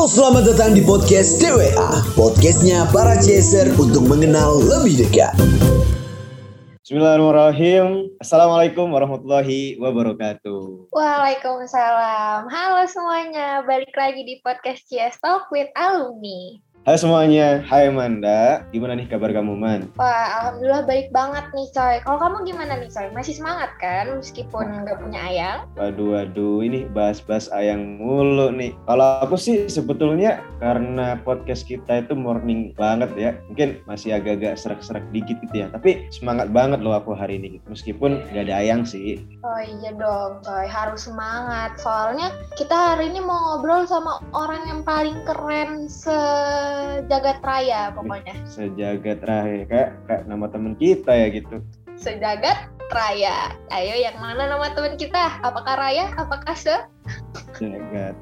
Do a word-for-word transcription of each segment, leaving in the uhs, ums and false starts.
Halo, selamat datang di podcast T W A, podcastnya para chaser untuk mengenal lebih dekat. Bismillahirrahmanirrahim. Assalamualaikum warahmatullahi wabarakatuh. Waalaikumsalam. Halo semuanya, balik lagi di podcast C S Talk with Alumni. Halo semuanya, hai Manda. Gimana nih kabar kamu, Man? Wah, alhamdulillah baik banget nih coy. Kalau kamu gimana nih coy? Masih semangat kan meskipun nggak punya ayang? Waduh, waduh, ini bahas-bahas ayang mulu nih. Kalau aku sih sebetulnya karena podcast kita itu morning banget ya. Mungkin masih agak-agak serak-serak dikit gitu ya. Tapi semangat banget loh aku hari ini. Meskipun nggak ada ayang sih. Oh iya dong coy, harus semangat. Soalnya kita hari ini mau ngobrol sama orang yang paling keren sejagat raya pokoknya. Sejagat raya, kayak, kayak nama temen kita ya gitu. Sejagat raya. Ayo, yang mana nama teman kita? Apakah Raya? Apakah Se? Jagat.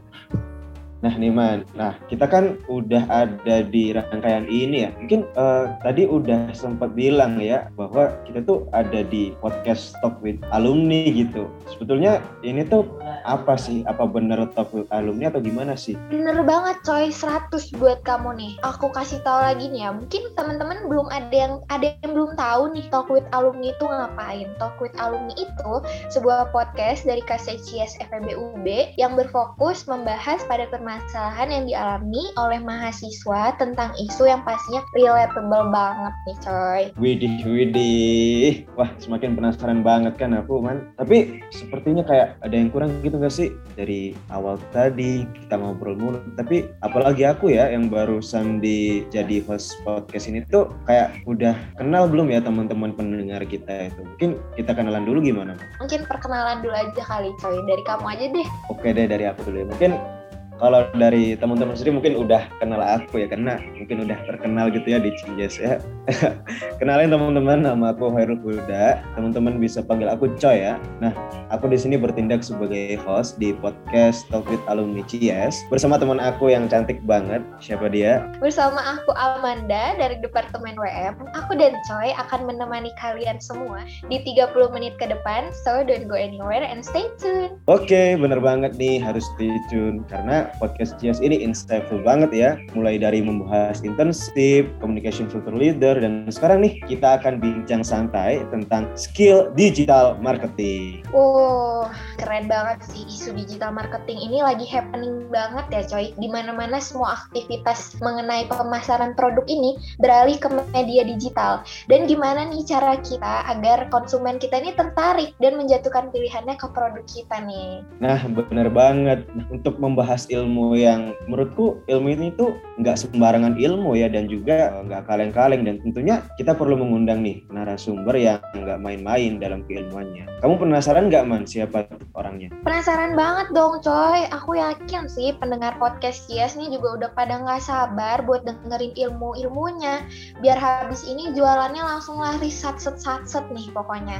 Nah nih Man, nah kita kan udah ada di rangkaian ini ya. Mungkin uh, tadi udah sempat bilang ya bahwa kita tuh ada di podcast Talk with Alumni gitu. Sebetulnya ini tuh apa sih? Apa bener Talk with Alumni atau gimana sih? Bener banget coy, seratus buat kamu nih. Aku kasih tahu lagi nih ya, mungkin teman-teman belum ada yang ada yang belum tahu nih Talk with Alumni itu ngapain. Talk with Alumni itu sebuah podcast dari K C C S F E B U B yang berfokus membahas pada permasalahan yang dialami oleh mahasiswa tentang isu yang pastinya relatable banget nih coy. Widih, widih. Wah, semakin penasaran banget kan aku, Man. Tapi sepertinya kayak ada yang kurang gitu gak sih? Dari awal tadi kita ngobrol mulu. Tapi apalagi aku ya yang barusan di jadi host podcast ini tuh kayak udah kenal belum ya teman-teman pendengar kita itu. Mungkin kita kenalan dulu gimana? Mungkin perkenalan dulu aja kali coy. Dari kamu aja deh. Oke deh, dari aku dulu ya. Mungkin kalau dari teman-teman sendiri mungkin udah kenal aku ya, karena mungkin udah terkenal gitu ya di Cijes ya. Kenalin teman-teman, nama aku Khairul Huda. Teman-teman bisa panggil aku Coy ya. Nah, aku di sini bertindak sebagai host di podcast Talk with Alumni C S bersama teman aku yang cantik banget. Siapa dia? Bersama aku Amanda dari Departemen W M. Aku dan Coy akan menemani kalian semua di tiga puluh menit ke depan. So don't go anywhere and stay tuned. Oke, bener banget nih, harus stay tune karena podcast C S ini insightful banget ya. Mulai dari membahas internship, communication filter leader, dan sekarang nih kita akan bincang santai tentang skill digital marketing. Wow, keren banget sih, isu digital marketing ini lagi happening banget ya coy. Dimana-mana semua aktivitas mengenai pemasaran produk ini beralih ke media digital. Dan gimana nih cara kita agar konsumen kita ini tertarik dan menjatuhkan pilihannya ke produk kita nih. Nah, bener banget. Nah, untuk membahas ilmu yang menurutku ilmu ini tuh nggak sembarangan ilmu ya, dan juga nggak kaleng-kaleng, dan tentunya kita perlu mengundang nih narasumber yang nggak main-main dalam keilmuannya. Kamu penasaran nggak Man siapa orangnya? Penasaran banget dong coy. Aku yakin sih pendengar podcast C S nih juga udah pada nggak sabar buat dengerin ilmu-ilmunya. Biar habis ini jualannya langsung laris satset-satset nih pokoknya.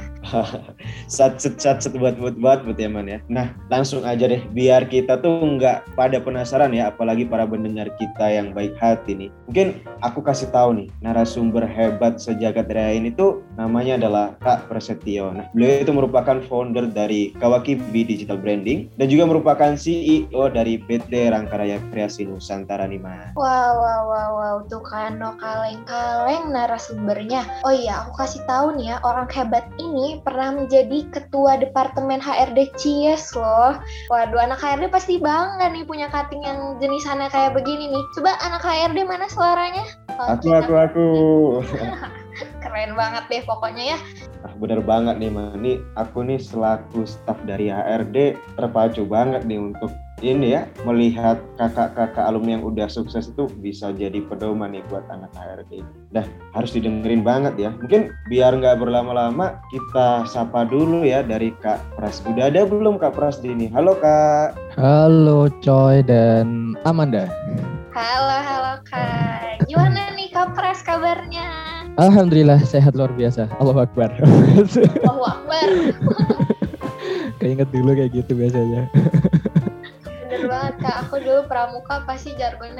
Satset-satset buat-buat-buat buat ya Man ya. Nah, langsung aja deh biar kita tuh nggak pada penasaran ya, apalagi para pendengar kita yang baik hati nih. Mungkin aku kasih tahu nih, narasumber hebat sejagat raya ini tuh namanya adalah Kak Prasetyo. Nah, beliau itu merupakan founder dari Kawakibi Digital Branding dan juga merupakan C E O dari P T Rangkaraya Kreasi Nusantara nih, Mas. Wow, wow, wow, wow, tuh kan no kaleng-kaleng narasumbernya. Oh iya, aku kasih tahu nih ya, orang hebat ini pernah menjadi ketua Departemen H R D C S loh. Waduh, anak H R D pasti bangga nih punya cutting yang jenisnya kayak begini nih. Coba anak H R D mana suaranya? Oh, aku, aku, aku. Keren banget deh pokoknya ya. Nah, bener banget nih Man, nih aku nih selaku staf dari H R D terpacu banget nih untuk ini ya, melihat kakak-kakak alumni yang udah sukses itu bisa jadi pedoman nih buat anak H R D. Dah, harus didengerin banget ya. Mungkin biar nggak berlama-lama kita sapa dulu ya dari Kak Pras. Udah ada belum Kak Pras di ini? Halo Kak. Halo Coy dan Amanda. Halo, halo Kak. Gimana nih Kak Pras kabarnya? Alhamdulillah sehat luar biasa. Allahu Akbar. Allahu Akbar. Keinget dulu kayak gitu biasanya. Bener banget Kak, aku dulu pramuka pasti jargonnya.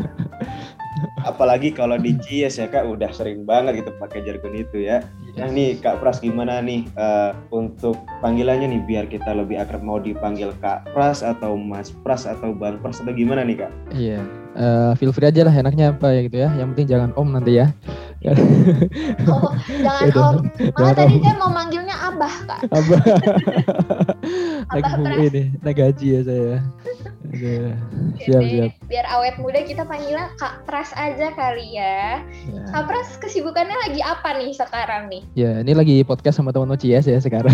Apalagi kalau di C S ya Kak, udah sering banget gitu pakai jargon itu ya. Nah nih Kak Pras, gimana nih uh, untuk panggilannya nih biar kita lebih akrab, mau dipanggil Kak Pras atau Mas Pras atau Bang Pras atau gimana nih Kak? Iya, uh, feel free aja lah enaknya apa ya gitu ya. Yang penting jangan Om nanti ya. Oh, jangan Udah. Om. Malah Jangan tadi Om. saya mau manggilnya Abah, Kak. Abah. Naik Abah bu- Pras. ini, naik gaji ya saya. Aduh, siap Jadi, siap. biar awet muda kita panggilnya Kak Pras aja kali ya. Ya. Kak Pras kesibukannya lagi apa nih sekarang nih? Ya, ini lagi podcast sama teman-teman C S ya sekarang.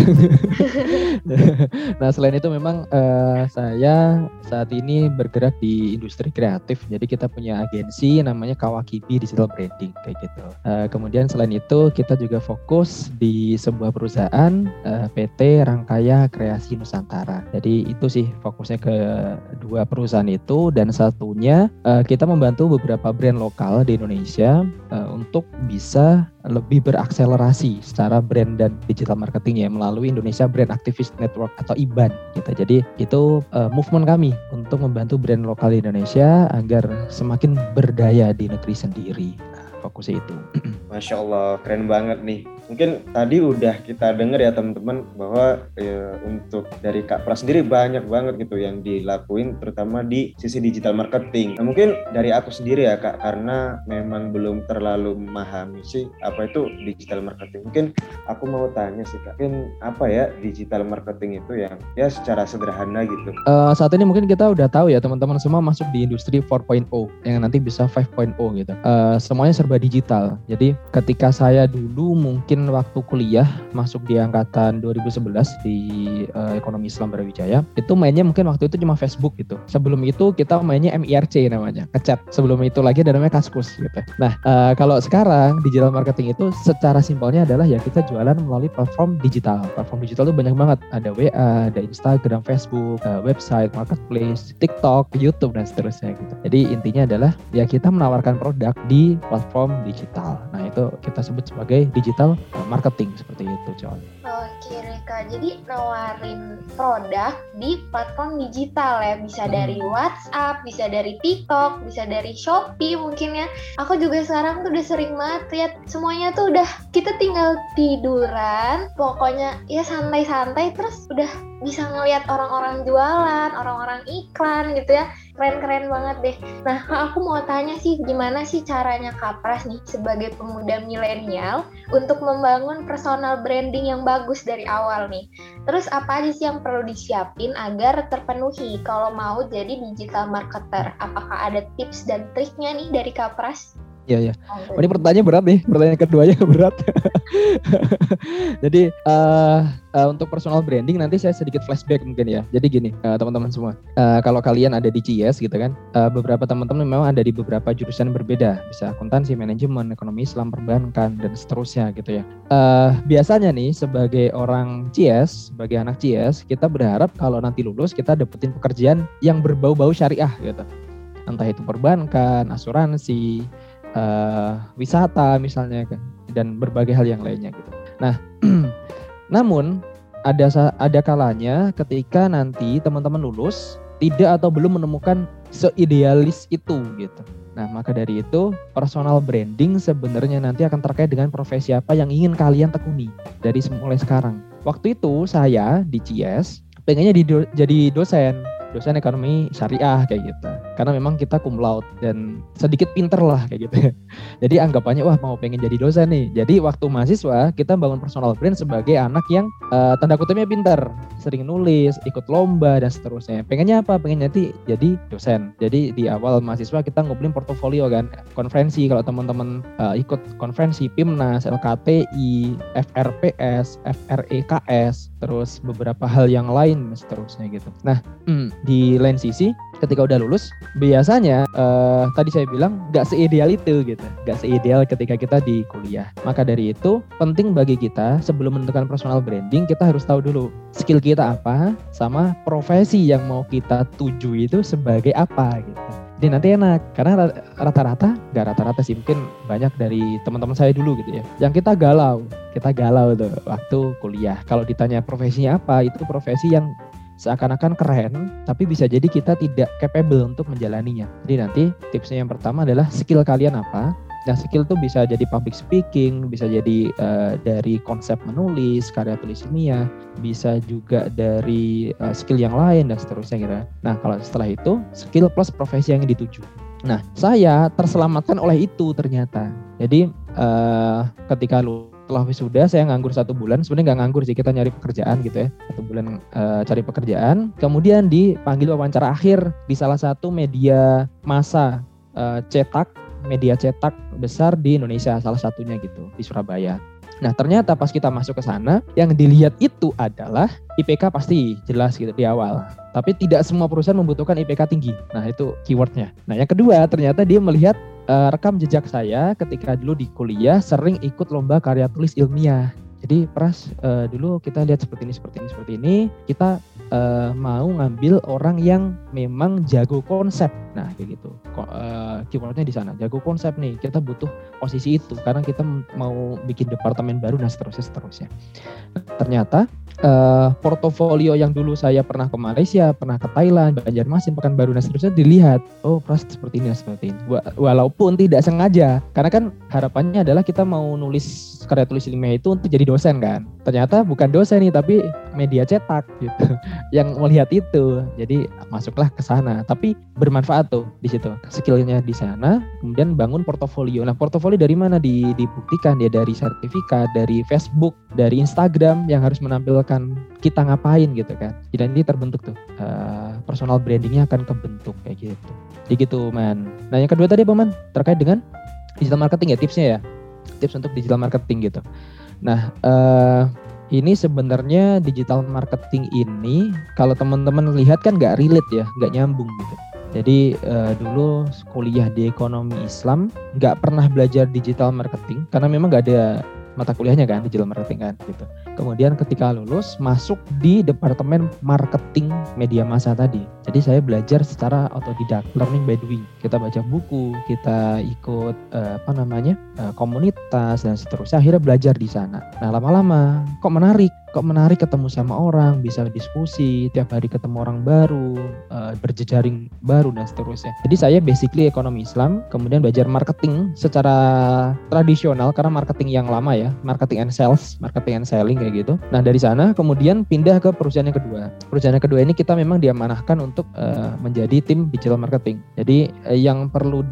Nah, selain itu memang eh, saya saat ini bergerak di industri kreatif. Jadi kita punya agensi namanya Kawakibi Digital Branding kayak gitu. Eh, kemudian selain itu kita juga fokus di sebuah perusahaan eh, P T Rangkaya Kreasi Nusantara. Jadi itu sih fokusnya ke dua perusahaan itu, dan satunya eh, kita membantu beberapa brand lokal di Indonesia eh, untuk bisa lebih berakselerasi secara brand dan digital marketing ya melalui Indonesia Brand Activist Network atau I B A N gitu. Jadi itu uh, movement kami untuk membantu brand lokal di Indonesia agar semakin berdaya di negeri sendiri. Nah, fokusnya itu. Masya Allah, keren banget nih. Mungkin tadi udah kita dengar ya teman-teman bahwa ya, untuk dari Kak Pras sendiri banyak banget gitu yang dilakuin terutama di sisi digital marketing. Nah, mungkin dari aku sendiri ya Kak, karena memang belum terlalu memahami sih apa itu digital marketing. Mungkin aku mau tanya sih Kak, mungkin apa ya digital marketing itu yang ya secara sederhana gitu. Uh, saat ini mungkin kita udah tahu ya teman-teman semua masuk di industri empat titik nol yang nanti bisa lima titik nol gitu. Uh, semuanya serba digital. Jadi ketika saya dulu mungkin waktu kuliah masuk di angkatan dua ribu sebelas di uh, Ekonomi Islam Brawijaya, itu mainnya mungkin waktu itu cuma Facebook gitu. Sebelum itu kita mainnya M I R C namanya, ngechat. Sebelum itu lagi ada namanya Kaskus gitu. Nah, uh, kalau sekarang digital marketing itu secara simpelnya adalah ya kita jualan melalui platform digital. Platform digital itu banyak banget. Ada W A, ada Instagram, Facebook, uh, website, marketplace, TikTok, YouTube dan seterusnya gitu. Jadi intinya adalah ya kita menawarkan produk di platform digital. Nah, itu kita sebut sebagai digital marketing seperti itu, Con. Oke Reka, jadi nawarin produk di platform digital ya, bisa Hmm. dari WhatsApp, bisa dari TikTok, bisa dari Shopee mungkin ya. Aku juga sekarang tuh udah sering banget lihat semuanya tuh udah kita tinggal tiduran, pokoknya ya santai-santai terus udah bisa ngelihat orang-orang jualan, orang-orang iklan gitu ya. Keren-keren banget deh. Nah, Kak, aku mau tanya sih, gimana sih caranya Kak Pras nih sebagai pemuda milenial untuk membangun personal branding yang bagus dari awal nih? Terus apa aja sih yang perlu disiapin agar terpenuhi kalau mau jadi digital marketer? Apakah ada tips dan triknya nih dari Kak Pras? Iya, iya. Oh, ini pertanyaannya berat nih, pertanyaan keduanya berat. Jadi uh, uh, untuk personal branding nanti saya sedikit flashback mungkin ya. Jadi gini uh, teman-teman semua, uh, kalau kalian ada di C S gitu kan, uh, beberapa teman-teman memang ada di beberapa jurusan berbeda, bisa akuntansi, manajemen, ekonomi Islam, perbankan dan seterusnya gitu ya. Uh, biasanya nih sebagai orang C S, sebagai anak C S, kita berharap kalau nanti lulus kita dapetin pekerjaan yang berbau-bau syariah gitu. Entah itu perbankan, asuransi, Uh, wisata misalnya kan, dan berbagai hal yang lainnya gitu. Nah, namun ada ada kalanya ketika nanti teman-teman lulus tidak atau belum menemukan seidealis itu gitu. Nah, maka dari itu personal branding sebenarnya nanti akan terkait dengan profesi apa yang ingin kalian tekuni dari mulai sekarang. Waktu itu saya di C S pengennya di do, jadi dosen. dosen ekonomi syariah kayak gitu. Karena memang kita cum laude dan sedikit pinter lah kayak gitu. Jadi anggapannya wah mau pengen jadi dosen nih. Jadi waktu mahasiswa kita bangun personal brand sebagai anak yang uh, tanda kutipnya pinter, sering nulis, ikut lomba dan seterusnya. Pengennya apa? Pengen nanti jadi dosen. Jadi di awal mahasiswa kita ngumpulin portofolio kan, konferensi kalau teman-teman uh, ikut konferensi PIMNAS, L K T I, F R P S, F R E K S, terus beberapa hal yang lain dan seterusnya gitu. Nah, hmm, di lain sisi ketika udah lulus biasanya uh, tadi saya bilang gak seideal itu gitu, gak seideal ketika kita di kuliah. Maka dari itu penting bagi kita sebelum menentukan personal branding kita harus tahu dulu skill kita apa sama profesi yang mau kita tuju itu sebagai apa gitu. Jadi nanti enak karena rata-rata gak rata-rata sih, mungkin banyak dari teman-teman saya dulu gitu ya yang kita galau kita galau tuh waktu kuliah. Kalau ditanya profesinya apa, itu profesi yang seakan-akan keren, tapi bisa jadi kita tidak capable untuk menjalaninya. Jadi nanti tipsnya yang pertama adalah skill kalian apa, Nah, skill tuh bisa jadi public speaking, bisa jadi uh, dari konsep menulis, karya tulis ilmiah, bisa juga dari uh, skill yang lain dan seterusnya gitu. Nah, kalau setelah itu skill plus profesi yang dituju. Nah, saya terselamatkan oleh itu ternyata. Jadi uh, ketika lu setelah wisuda saya nganggur satu bulan, sebenarnya nggak nganggur sih, kita nyari pekerjaan gitu ya, satu bulan uh, cari pekerjaan, kemudian dipanggil wawancara akhir di salah satu media massa uh, cetak, media cetak besar di Indonesia, salah satunya gitu di Surabaya. Nah ternyata pas kita masuk ke sana, yang dilihat itu adalah I P K pasti jelas gitu di awal. Tapi tidak semua perusahaan membutuhkan I P K tinggi. Nah itu keywordnya. Nah yang kedua ternyata dia melihat uh, rekam jejak saya ketika dulu di kuliah sering ikut lomba karya tulis ilmiah. Jadi Pras uh, dulu kita lihat seperti ini, seperti ini, seperti ini. Kita uh, mau ngambil orang yang memang jago konsep. Nah kayak gitu. Ko- uh, keywordnya di sana. Jago konsep nih. Kita butuh posisi itu karena kita mau bikin departemen baru dan seterusnya, seterusnya. Nah, ternyata uh, portofolio yang dulu saya pernah ke Malaysia, pernah ke Thailand, Banjarmasin, Pekanbaru dan seterusnya dilihat. Oh Pras seperti ini, seperti ini. Walaupun tidak sengaja. Karena kan harapannya adalah kita mau nulis karya tulis ilmiah itu untuk jadi dosen kan. Ternyata bukan dosen nih, tapi media cetak gitu yang melihat itu. Jadi masuklah ke sana. Tapi bermanfaat tuh di situ. Skillnya di sana, kemudian bangun portofolio. Nah, portofolio dari mana di, dibuktikan ya, dari sertifikat, dari Facebook, dari Instagram yang harus menampilkan kita ngapain gitu kan. Dan ini terbentuk tuh uh, personal brandingnya akan kebentuk kayak gitu. Jadi gitu Man. Nah, yang kedua tadi apa Man? Terkait dengan digital marketing ya, tipsnya ya. Tips untuk digital marketing gitu. Nah, uh, ini sebenarnya digital marketing ini kalau teman-teman lihat kan nggak relate ya, nggak nyambung gitu. Jadi uh, dulu kuliah di ekonomi Islam nggak pernah belajar digital marketing karena memang nggak ada mata kuliahnya kan digital marketing kan gitu. Kemudian ketika lulus masuk di departemen marketing media massa tadi. Jadi saya belajar secara otodidak, learning by doing. Kita baca buku, kita ikut uh, apa namanya uh, komunitas dan seterusnya. Akhirnya belajar di sana. Nah lama-lama kok menarik, kok menarik ketemu sama orang, bisa diskusi, tiap hari ketemu orang baru, uh, berjejaring baru dan seterusnya. Jadi saya basically ekonomi Islam, kemudian belajar marketing secara tradisional karena marketing yang lama ya, marketing and sales, marketing and selling kayak gitu. Nah dari sana kemudian pindah ke perusahaan yang kedua. Perusahaan yang kedua ini kita memang diamanahkan untuk uh, menjadi tim digital marketing. Jadi uh, yang perlu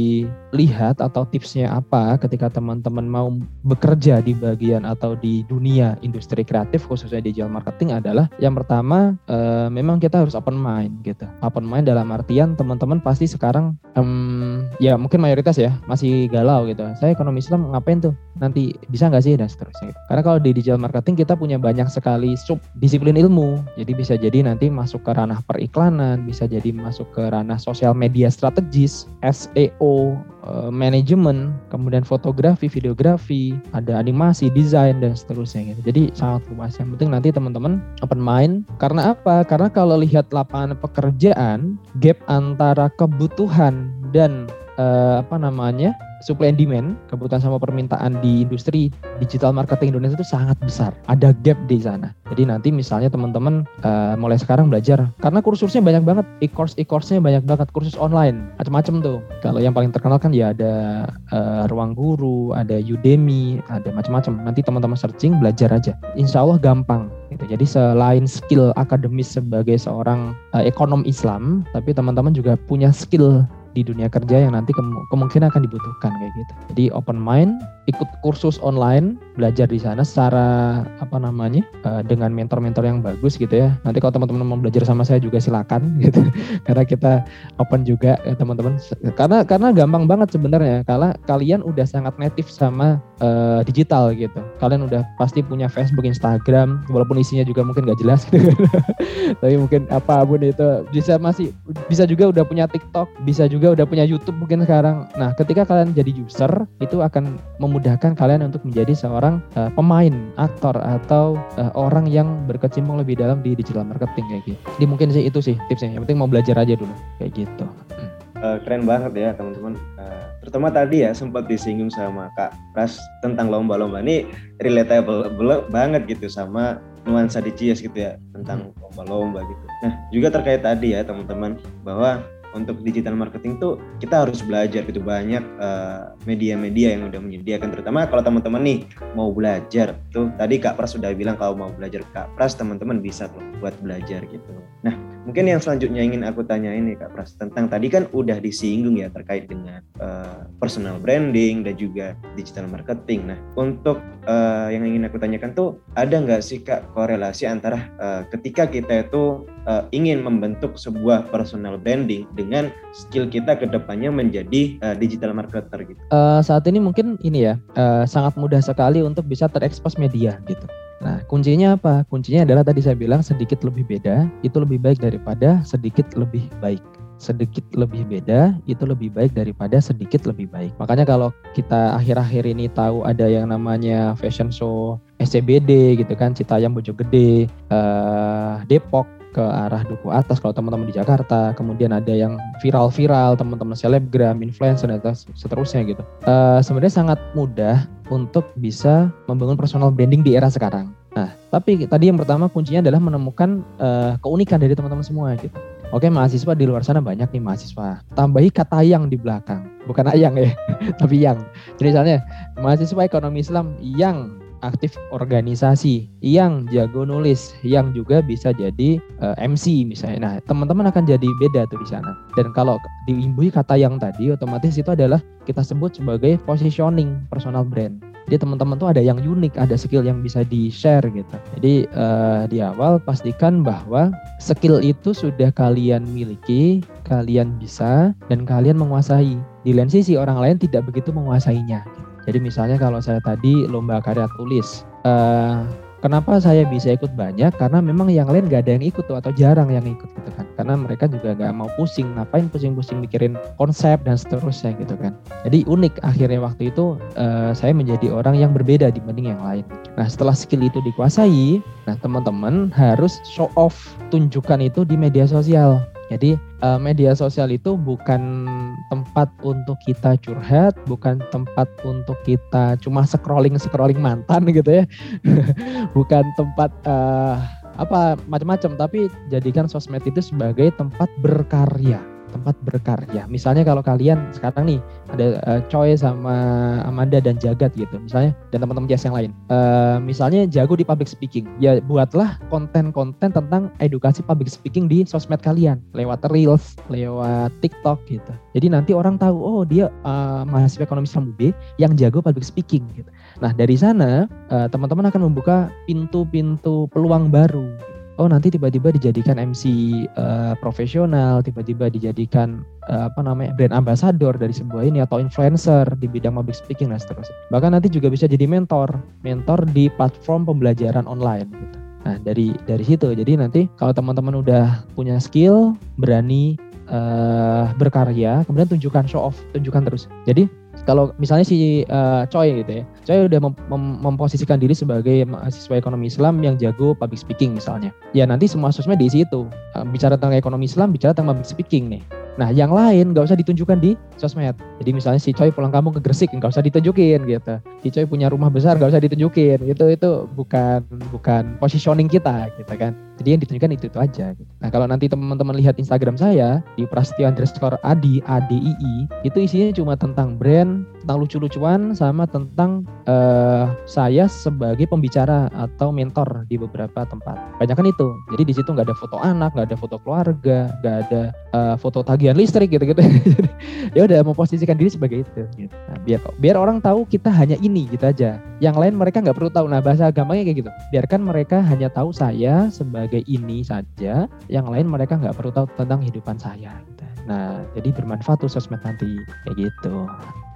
dilihat atau tipsnya apa ketika teman-teman mau bekerja di bagian atau di dunia industri kreatif khususnya digital marketing adalah yang pertama uh, memang kita harus open mind gitu. Open mind dalam artian teman-teman pasti sekarang um, ya mungkin mayoritas ya masih galau gitu. Saya ekonomi Islam ngapain tuh? Nanti bisa nggak sih dan seterusnya gitu. Karena kalau di digital marketing kita punya banyak sekali sub disiplin ilmu. Jadi bisa jadi nanti masuk ke ranah periklanan, bisa jadi masuk ke ranah sosial media strategis, S E O, uh, manajemen, kemudian fotografi, videografi, ada animasi, desain dan seterusnya gitu. Jadi sangat luas. Yang penting nanti teman-teman open mind. Karena apa? Karena kalau lihat lapangan pekerjaan, gap antara kebutuhan dan uh, apa namanya supply and demand, kebutuhan sama permintaan di industri digital marketing Indonesia itu sangat besar. Ada gap di sana. Jadi nanti misalnya teman-teman uh, mulai sekarang belajar, karena kursusnya banyak banget, e-course e-course-nya banyak banget, kursus online, macam-macam tuh. Kalau yang paling terkenal kan ya ada uh, Ruang Guru, ada Udemy, ada macam-macam. Nanti teman-teman searching, belajar aja. Insya Allah gampang. Gitu. Jadi selain skill akademis sebagai seorang uh, ekonom Islam, tapi teman-teman juga punya skill di dunia kerja yang nanti ke- kemungkinan akan dibutuhkan kayak gitu. Jadi open mind, ikut kursus online, belajar di sana secara apa namanya uh, dengan mentor-mentor yang bagus gitu ya. Nanti kalau teman-teman mau belajar sama saya juga silakan gitu. Karena kita open juga ya, teman-teman. Karena karena gampang banget sebenarnya. Karena kalian udah sangat native sama uh, digital gitu. Kalian udah pasti punya Facebook, Instagram, walaupun isinya juga mungkin nggak jelas gitu. Tapi mungkin apapun itu bisa masih bisa juga udah punya TikTok, bisa juga udah punya YouTube mungkin sekarang. Nah, ketika kalian jadi user, itu akan memudahkan kalian untuk menjadi seorang uh, pemain, aktor atau uh, orang yang berkecimpung lebih dalam di digital marketing kayak gitu. Jadi mungkin sih itu sih tipsnya. Yang penting mau belajar aja dulu kayak gitu. Uh, keren banget ya teman-teman. Uh, terutama tadi ya sempat disinggung sama Kak Pras tentang lomba-lomba. Ini relatable banget gitu sama nuansa di C I E S gitu ya tentang lomba-lomba gitu. Nah juga terkait tadi ya teman-teman bahwa untuk digital marketing tuh kita harus belajar gitu banyak uh, media-media yang udah menyediakan, terutama kalau teman-teman nih mau belajar tuh tadi Kak Pras sudah bilang kalau mau belajar Kak Pras teman-teman bisa tuh buat belajar gitu. Nah mungkin yang selanjutnya ingin aku tanyain nih Kak Pras tentang tadi kan udah disinggung ya terkait dengan uh, personal branding dan juga digital marketing. Nah untuk uh, yang ingin aku tanyakan tuh ada nggak sih Kak korelasi antara uh, ketika kita itu uh, ingin membentuk sebuah personal branding dengan skill kita ke depannya menjadi uh, digital marketer gitu? Uh, saat ini mungkin ini ya uh, sangat mudah sekali untuk bisa terekspos media gitu. Nah kuncinya apa? Kuncinya adalah tadi saya bilang sedikit lebih beda itu lebih baik daripada sedikit lebih baik. Sedikit lebih beda itu lebih baik daripada sedikit lebih baik. Makanya kalau kita akhir-akhir ini tahu ada yang namanya fashion show S C B D gitu kan, Citayam Bojonggede, uh, Depok ke arah Duku Atas kalau teman-teman di Jakarta, kemudian ada yang viral-viral teman-teman selebgram, influencer dan seterusnya gitu. Uh, sebenarnya sangat mudah untuk bisa membangun personal branding di era sekarang. Nah, tapi tadi yang pertama kuncinya adalah menemukan uh, keunikan dari teman-teman semua gitu. Oke, mahasiswa di luar sana banyak nih mahasiswa. Tambahi kata yang di belakang, bukan ayang ya, tapi yang. Jadi misalnya mahasiswa ekonomi Islam yang aktif organisasi, yang jago nulis, yang juga bisa jadi uh, M C misalnya. Nah, teman-teman akan jadi beda tuh di sana. Dan kalau diimbuhi kata yang tadi, otomatis itu adalah kita sebut sebagai positioning personal brand. Jadi teman-teman tuh ada yang unik, ada skill yang bisa di-share gitu. Jadi uh, di awal pastikan bahwa skill itu sudah kalian miliki, kalian bisa, dan kalian menguasai. Di lain sisi orang lain tidak begitu menguasainya. Jadi misalnya kalau saya tadi lomba karya tulis, uh, kenapa saya bisa ikut banyak? Karena memang yang lain gak ada yang ikut tuh, atau jarang yang ikut gitu kan. Karena mereka juga gak mau pusing, ngapain pusing-pusing mikirin konsep dan seterusnya gitu kan. Jadi unik akhirnya waktu itu uh, saya menjadi orang yang berbeda dibanding yang lain. Nah setelah skill itu dikuasai, nah teman-teman harus show off, tunjukkan itu di media sosial. Jadi uh, media sosial itu bukan tempat untuk kita curhat, bukan tempat untuk kita cuma scrolling-scrolling mantan gitu ya. Bukan tempat uh, apa macam-macam, tapi jadikan sosmed itu sebagai tempat berkarya, tempat berkarya. Misalnya kalau kalian sekarang nih ada uh, Choi sama Amanda dan Jagat gitu misalnya, dan teman-teman Jazz yang lain. Uh, misalnya jago di public speaking, ya buatlah konten-konten tentang edukasi public speaking di sosmed kalian lewat Reels, lewat TikTok gitu. Jadi nanti orang tahu oh dia uh, mahasiswa ekonomi Islam U B yang jago public speaking gitu. Nah dari sana uh, teman-teman akan membuka pintu-pintu peluang baru. Oh nanti tiba-tiba dijadikan M C uh, profesional, tiba-tiba dijadikan uh, apa namanya brand ambassador dari sebuah ini, atau influencer di bidang public speaking dan seterusnya. Bahkan nanti juga bisa jadi mentor, mentor di platform pembelajaran online gitu. Nah dari dari situ, jadi nanti kalau teman-teman udah punya skill, berani uh, berkarya, kemudian tunjukkan, show off, tunjukkan terus. Jadi kalau misalnya si uh, Choi gitu ya, Choi udah mem- mem- memposisikan diri sebagai mahasiswa ekonomi Islam yang jago public speaking misalnya. Ya nanti semua sosmed diisi itu. Uh, bicara tentang ekonomi Islam, bicara tentang public speaking nih. Nah yang lain gak usah ditunjukkan di sosmed. Jadi misalnya si Choi pulang kampung ke Gresik, gak usah ditunjukin gitu. Si Choi punya rumah besar, gak usah ditunjukin. Itu itu bukan bukan positioning kita gitu kan. Jadi yang ditunjukkan itu-itu aja gitu. Nah kalau nanti teman-teman lihat Instagram saya di Prasetyo underscore Adi, A D I I, itu isinya cuma tentang brand, tentang lucu-lucuan, sama tentang uh, saya sebagai pembicara atau mentor di beberapa tempat. Banyak kan itu. Jadi di situ nggak ada foto anak, nggak ada foto keluarga, nggak ada uh, foto tagihan listrik gitu-gitu. Ya udah memposisikan diri sebagai itu. Gitu. Nah, biar biar orang tahu kita hanya ini gitu aja. Yang lain mereka nggak perlu tahu. Nah bahasa gampangnya kayak gitu. Biarkan mereka hanya tahu saya sebagai ini saja. Yang lain mereka nggak perlu tahu tentang kehidupan saya. Gitu. Nah jadi bermanfaat tuh sosmed nanti kayak gitu.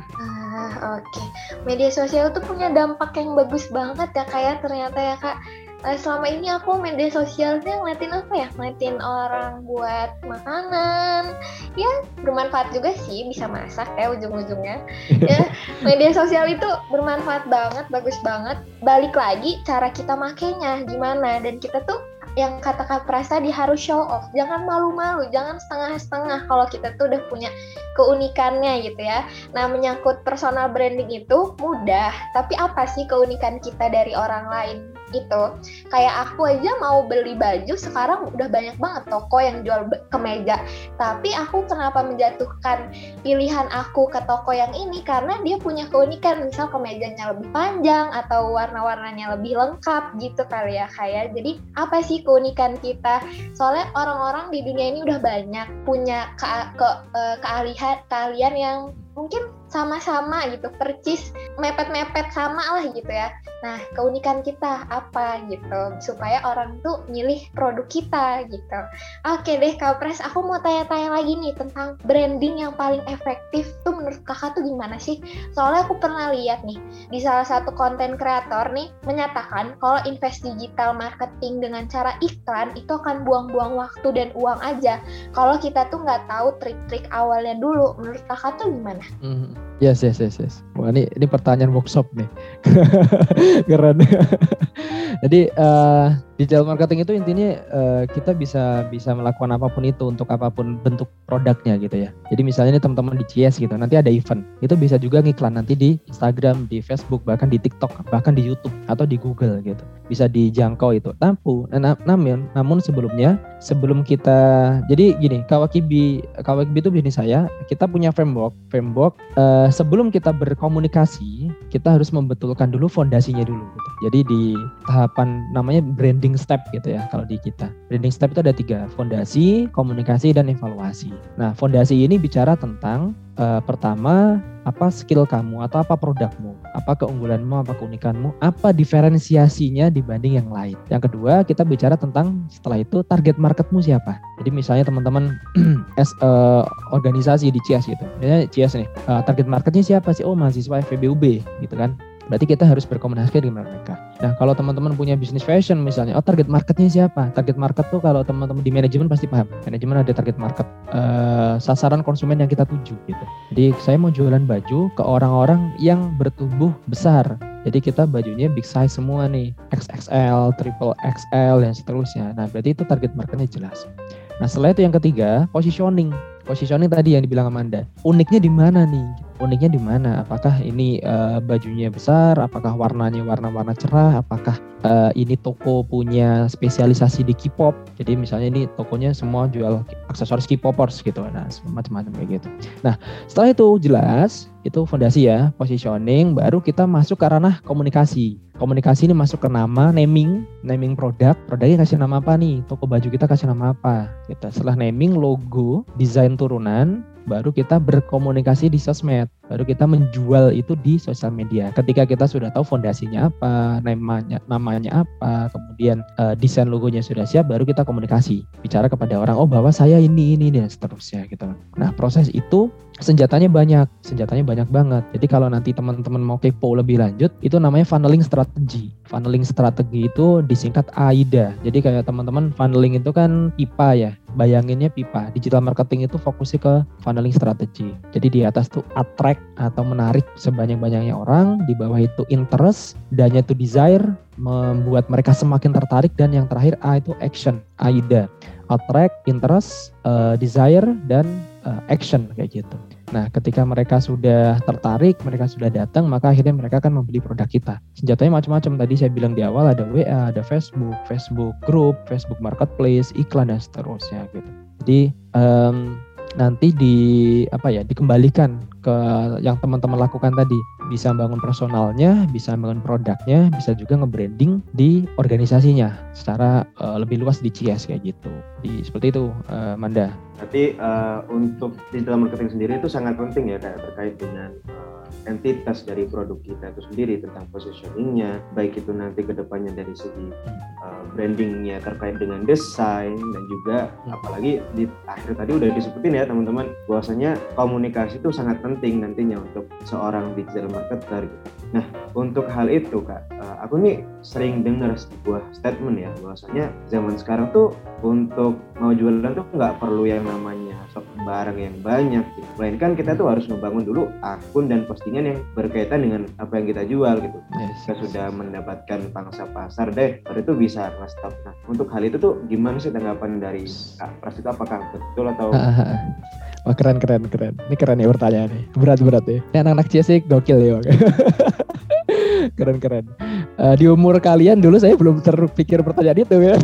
Ah, oke. Okay. Media sosial tuh punya dampak yang bagus banget ya Kak ya, ternyata ya Kak. Uh, selama ini aku media sosialnya ngeliatin apa ya? Ngeliatin orang buat makanan. Ya, bermanfaat juga sih, bisa masak ya ujung-ujungnya. Ya, media sosial itu bermanfaat banget, bagus banget. Balik lagi cara kita makainya gimana, dan kita tuh yang kata Kak Pras tadi harus show off, jangan malu-malu, jangan setengah-setengah kalau kita tuh udah punya keunikannya gitu ya. Nah menyangkut personal branding itu mudah, tapi apa sih keunikan kita dari orang lain? itu. Kayak aku aja mau beli baju sekarang udah banyak banget toko yang jual kemeja. Tapi aku kenapa menjatuhkan pilihan aku ke toko yang ini? Karena dia punya keunikan, misal kemejanya lebih panjang atau warna-warnanya lebih lengkap gitu kali ya kayak. Jadi apa sih keunikan kita? Soalnya orang-orang di dunia ini udah banyak punya ke, ke, uh, keahlian keahlian yang mungkin sama-sama gitu, percis mepet-mepet sama lah gitu ya. Nah, keunikan kita apa gitu, supaya orang tuh milih produk kita gitu. Oke deh Kak Pres, aku mau tanya-tanya lagi nih tentang branding yang paling efektif tuh menurut kakak tuh gimana sih? Soalnya aku pernah lihat nih, di salah satu konten kreator nih, menyatakan kalau invest digital marketing dengan cara iklan, itu akan buang-buang waktu dan uang aja. Kalau kita tuh nggak tahu trik-trik awalnya dulu, menurut kakak tuh gimana? Mm-hmm. Yes, yes, yes, yes. Wah, ini ini pertanyaan workshop nih. Keren. Jadi uh, digital marketing itu intinya uh, kita bisa bisa melakukan apapun itu untuk apapun bentuk produknya gitu ya. Jadi misalnya ini teman-teman di C S gitu, nanti ada event, itu bisa juga ngiklan nanti di Instagram, di Facebook, bahkan di TikTok, bahkan di YouTube atau di Google gitu. Bisa dijangkau itu. Tampu. Nah, namun namun sebelumnya sebelum kita jadi gini, Kawakibi Kawakibi itu bisnis saya, kita punya framework, framework uh, sebelum kita berkomunikasi, kita harus membetulkan dulu fondasinya dulu gitu. Jadi di tahapan namanya branding step gitu ya kalau di kita. Branding step itu ada tiga, fondasi, komunikasi, dan evaluasi. Nah, fondasi ini bicara tentang uh, pertama, apa skill kamu atau apa produkmu, apa keunggulanmu, apa keunikanmu, apa diferensiasinya dibanding yang lain. Yang kedua, kita bicara tentang setelah itu target marketmu siapa. Jadi misalnya teman-teman as uh, organisasi di C I A S gitu, misalnya C I A S nih, uh, target marketnya siapa sih? Oh, mahasiswa F E B U B gitu kan. Berarti kita harus berkomunikasi dengan mereka. Nah, kalau teman-teman punya bisnis fashion misalnya, oh target marketnya siapa? Target market tuh kalau teman-teman di manajemen pasti paham. Manajemen ada target market, uh, sasaran konsumen yang kita tuju gitu. Jadi saya mau jualan baju ke orang-orang yang bertubuh besar. Jadi kita bajunya big size semua nih, X X L, triple X L, dan seterusnya. Nah, berarti itu target marketnya jelas. Nah, setelah itu yang ketiga, positioning. Positioning tadi yang dibilang Amanda. Uniknya di mana nih? Uniknya di mana? Apakah ini uh, bajunya besar? Apakah warnanya warna-warna cerah? Apakah uh, ini toko punya spesialisasi di K-pop? Jadi misalnya ini tokonya semua jual aksesoris K-popers gitu. Nah, macam-macam kayak gitu. Nah, setelah itu jelas, itu fondasi ya, positioning, baru kita masuk ke ranah komunikasi. Komunikasi ini masuk ke nama, naming, naming produk. Produknya kasih nama apa nih? Toko baju kita kasih nama apa? Kita setelah naming, logo, desain turunan, baru kita berkomunikasi di sosmed. Baru kita menjual itu di sosial media. Ketika kita sudah tahu fondasinya apa, namanya namanya apa, kemudian uh, desain logonya sudah siap, baru kita komunikasi. Bicara kepada orang, oh bahwa saya ini, ini, dan seterusnya gitu. Nah, proses itu senjatanya banyak, senjatanya banyak banget. Jadi kalau nanti teman-teman mau kepo lebih lanjut, itu namanya funneling strategi. Funneling strategi itu disingkat A I D A. Jadi kayak teman-teman funneling itu kan pipa ya, bayanginnya pipa. Digital marketing itu fokusnya ke funneling strategi. Jadi di atas tuh attract atau menarik sebanyak-banyaknya orang, di bawah itu interest, D-nya itu desire, membuat mereka semakin tertarik, dan yang terakhir A itu action, A I D A. Attract, interest, uh, desire, dan uh, action kayak gitu. Nah, ketika mereka sudah tertarik, mereka sudah datang, maka akhirnya mereka akan membeli produk kita. Senjatanya macam-macam. Tadi saya bilang di awal ada W A, ada Facebook, Facebook Group, Facebook Marketplace, iklan, dan seterusnya gitu. Jadi um, nanti di apa ya dikembalikan ke yang teman-teman lakukan tadi, bisa bangun personalnya, bisa bangun produknya, bisa juga nge-branding di organisasinya secara uh, lebih luas di C I A S kayak gitu. Di seperti itu, uh, Manda. Berarti uh, untuk digital marketing sendiri itu sangat penting ya, kayak terkait dengan uh, entitas dari produk kita itu sendiri, tentang positioningnya, baik itu nanti ke depannya dari segi uh, brandingnya terkait dengan desain, dan juga apalagi di akhir tadi udah disebutin ya teman-teman, bahwasanya komunikasi itu sangat penting nantinya untuk seorang digital marketer gitu. Nah, untuk hal itu Kak, uh, aku nih sering dengar sebuah statement ya, bahwasanya zaman sekarang tuh untuk mau jualan tuh nggak perlu yang namanya stok barang yang banyak gitu. Melainkan kita tuh harus membangun dulu akun dan postingan yang berkaitan dengan apa yang kita jual gitu. Yes. Kita sudah mendapatkan pangsa pasar deh, baru itu bisa nge-stop. Nah, untuk hal itu tuh gimana sih tanggapan dari Kak Pras itu, apakah betul atau Wah, keren keren keren. Ini keren ya pertanyaannya. Berat-berat ya. Ini anak-anak C S I gokil ya. Keren-keren. Uh, di umur kalian dulu saya belum terpikir pertanyaan itu ya.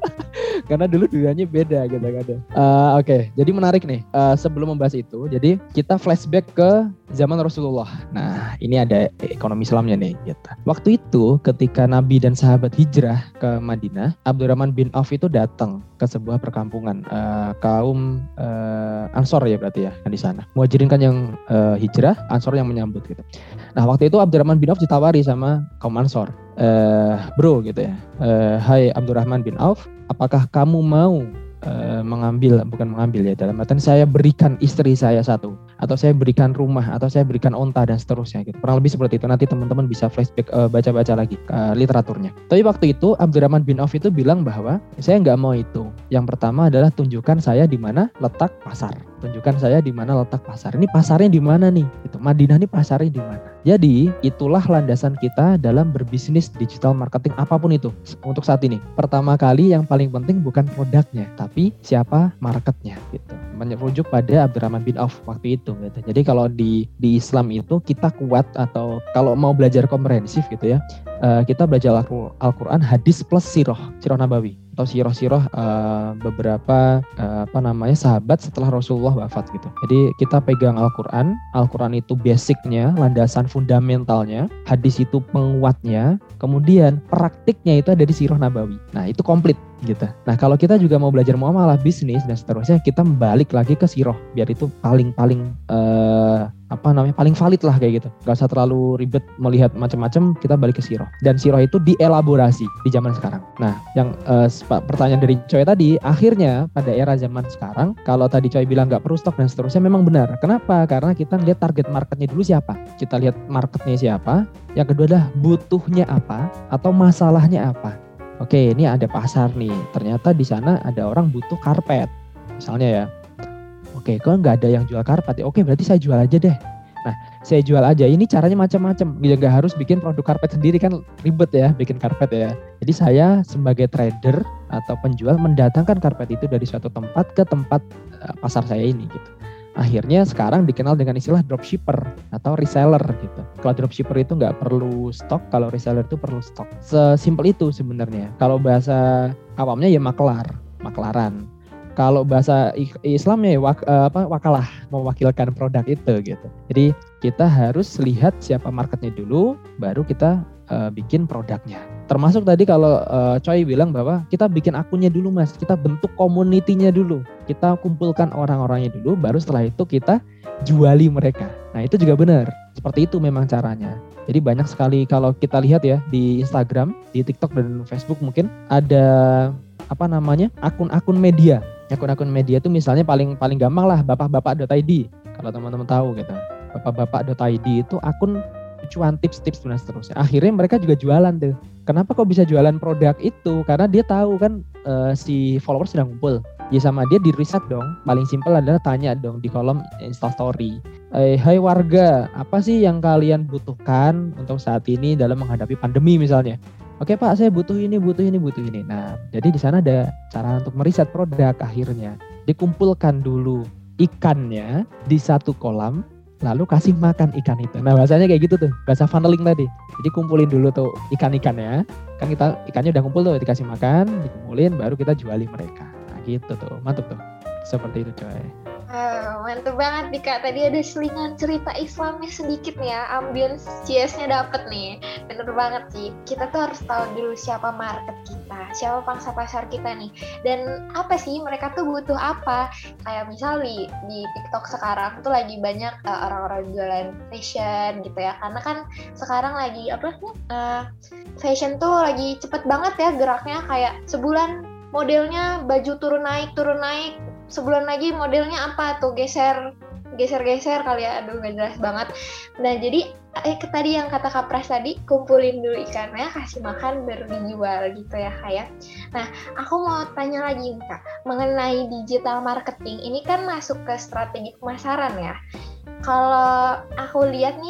Karena dulu dunianya beda gitu kan. Uh, Oke, okay. Jadi menarik nih. Uh, sebelum membahas itu, jadi kita flashback ke zaman Rasulullah. Nah, ini ada ekonomi Islamnya nih. Gitu. Waktu itu, ketika Nabi dan sahabat hijrah ke Madinah, Abdurrahman bin Auf itu datang ke sebuah perkampungan uh, kaum uh, Ansor ya berarti ya kan di sana. Muhajirin kan yang uh, hijrah, Ansor yang menyambut gitu. Nah, waktu itu Abdurrahman bin Auf ditawari sama kaum Ansor. Uh, bro gitu ya. Uh, Hai Abdurrahman bin Auf, apakah kamu mau uh, mengambil, bukan mengambil ya, dalam artian saya berikan istri saya satu, atau saya berikan rumah, atau saya berikan onta dan seterusnya gitu. Kurang lebih seperti itu. Nanti teman-teman bisa flashback uh, baca-baca lagi uh, literaturnya. Tapi waktu itu Abdurrahman bin Auf itu bilang bahwa saya nggak mau itu. Yang pertama adalah tunjukkan saya di mana letak pasar. Tunjukkan saya di mana letak pasar. Ini pasarnya di mana nih? Itu Madinah ini pasarnya di mana? Jadi itulah landasan kita dalam berbisnis digital marketing apapun itu untuk saat ini. Pertama kali yang paling penting bukan produknya, tapi siapa marketnya gitu. Merujuk pada Abdurrahman bin Auf waktu itu gitu. Jadi kalau di di Islam itu kita kuat, atau kalau mau belajar komprehensif gitu ya, uh, kita belajar Al-Quran hadis plus sirah, sirah nabawi atau sirah-sirah uh, beberapa uh, apa namanya sahabat setelah Rasulullah wafat gitu. Jadi kita pegang Al-Quran, Al-Quran itu basicnya, landasan fundamentalnya, hadis itu penguatnya, kemudian praktiknya itu ada di sirah nabawi. Nah itu komplit gitu. Nah kalau kita juga mau belajar muamalah bisnis dan seterusnya, kita balik lagi ke sirah biar itu paling-paling uh, apa namanya paling valid lah kayak gitu. Gak usah terlalu ribet melihat macam-macam, kita balik ke sirah. Dan sirah itu dielaborasi di zaman sekarang. Nah yang uh, pertanyaan dari Coy tadi, akhirnya pada era zaman sekarang, kalau tadi Coy bilang gak perlu stok dan seterusnya, memang benar. Kenapa? Karena kita lihat target marketnya dulu siapa. Kita lihat marketnya siapa. Yang kedua adalah butuhnya apa atau masalahnya apa. Oke, ini ada pasar nih. Ternyata di sana ada orang butuh karpet, misalnya ya. Oke, kok nggak ada yang jual karpet ya? Oke, berarti saya jual aja deh. Nah, saya jual aja. Ini caranya macam-macam. Nggak harus bikin produk karpet sendiri, kan ribet ya bikin karpet ya. Jadi saya sebagai trader atau penjual mendatangkan karpet itu dari suatu tempat ke tempat uh, pasar saya ini gitu. Akhirnya sekarang dikenal dengan istilah dropshipper atau reseller gitu. Kalau dropshipper itu nggak perlu stok, kalau reseller itu perlu stok. Sesimpel itu sebenarnya. Kalau bahasa awamnya ya maklar, maklaran. Kalau bahasa Islamnya ya wak, apa, wakalah, mewakilkan produk itu gitu. Jadi kita harus lihat siapa marketnya dulu, baru kita uh, bikin produknya. Termasuk tadi kalau uh, Coy bilang bahwa kita bikin akunnya dulu mas, kita bentuk community-nya dulu, kita kumpulkan orang-orangnya dulu, baru setelah itu kita juali mereka. Nah itu juga benar, seperti itu memang caranya. Jadi banyak sekali kalau kita lihat ya di Instagram, di TikTok dan Facebook mungkin ada apa namanya akun-akun media. Akun-akun media itu misalnya paling paling gampang lah bapak-bapak dot i d kalau teman-teman tahu gitu. bapak-bapak dot i d itu akun cuan tips-tips dan seterusnya. Akhirnya mereka juga jualan tuh. Kenapa kok bisa jualan produk itu? Karena dia tahu kan uh, si followers sedang ngumpul. Ya sama dia di riset dong. Paling simpel adalah tanya dong di kolom Instastory. Eh, hai warga, apa sih yang kalian butuhkan untuk saat ini dalam menghadapi pandemi misalnya? Oke Pak, saya butuh ini, butuh ini, butuh ini. Nah, jadi di sana ada cara untuk meriset produk akhirnya. Dikumpulkan dulu ikannya di satu kolam, lalu kasih makan ikan itu. Nah, bahasanya kayak gitu tuh, bahasa funneling tadi. Jadi kumpulin dulu tuh ikan-ikannya. Kan kita ikannya udah kumpul tuh, dikasih makan, dikumpulin, baru kita juali mereka. Nah, gitu tuh. Mantap tuh. Seperti itu coy. Oh, mantep banget nih Kak. Tadi ada selingan cerita Islamnya sedikit nih ya. Ambience C S-nya dapet nih. Bener banget sih. Kita tuh harus tahu dulu siapa market kita, siapa pangsa pasar kita nih. Dan apa sih mereka tuh butuh apa. Kayak misal di, di TikTok sekarang tuh lagi banyak uh, orang-orang jualan fashion gitu ya. Karena kan sekarang lagi apa uh, fashion tuh lagi cepet banget ya geraknya. Kayak sebulan modelnya baju turun naik, turun naik. Sebulan lagi modelnya apa tuh geser geser-geser kali ya, aduh gak jelas banget. Nah jadi eh, tadi yang kata Kak Pras tadi, kumpulin dulu ikannya, kasih makan baru dijual gitu ya Kak ya. Nah aku mau tanya lagi nih Kak, mengenai digital marketing ini kan masuk ke strategi pemasaran ya. Kalau aku lihat nih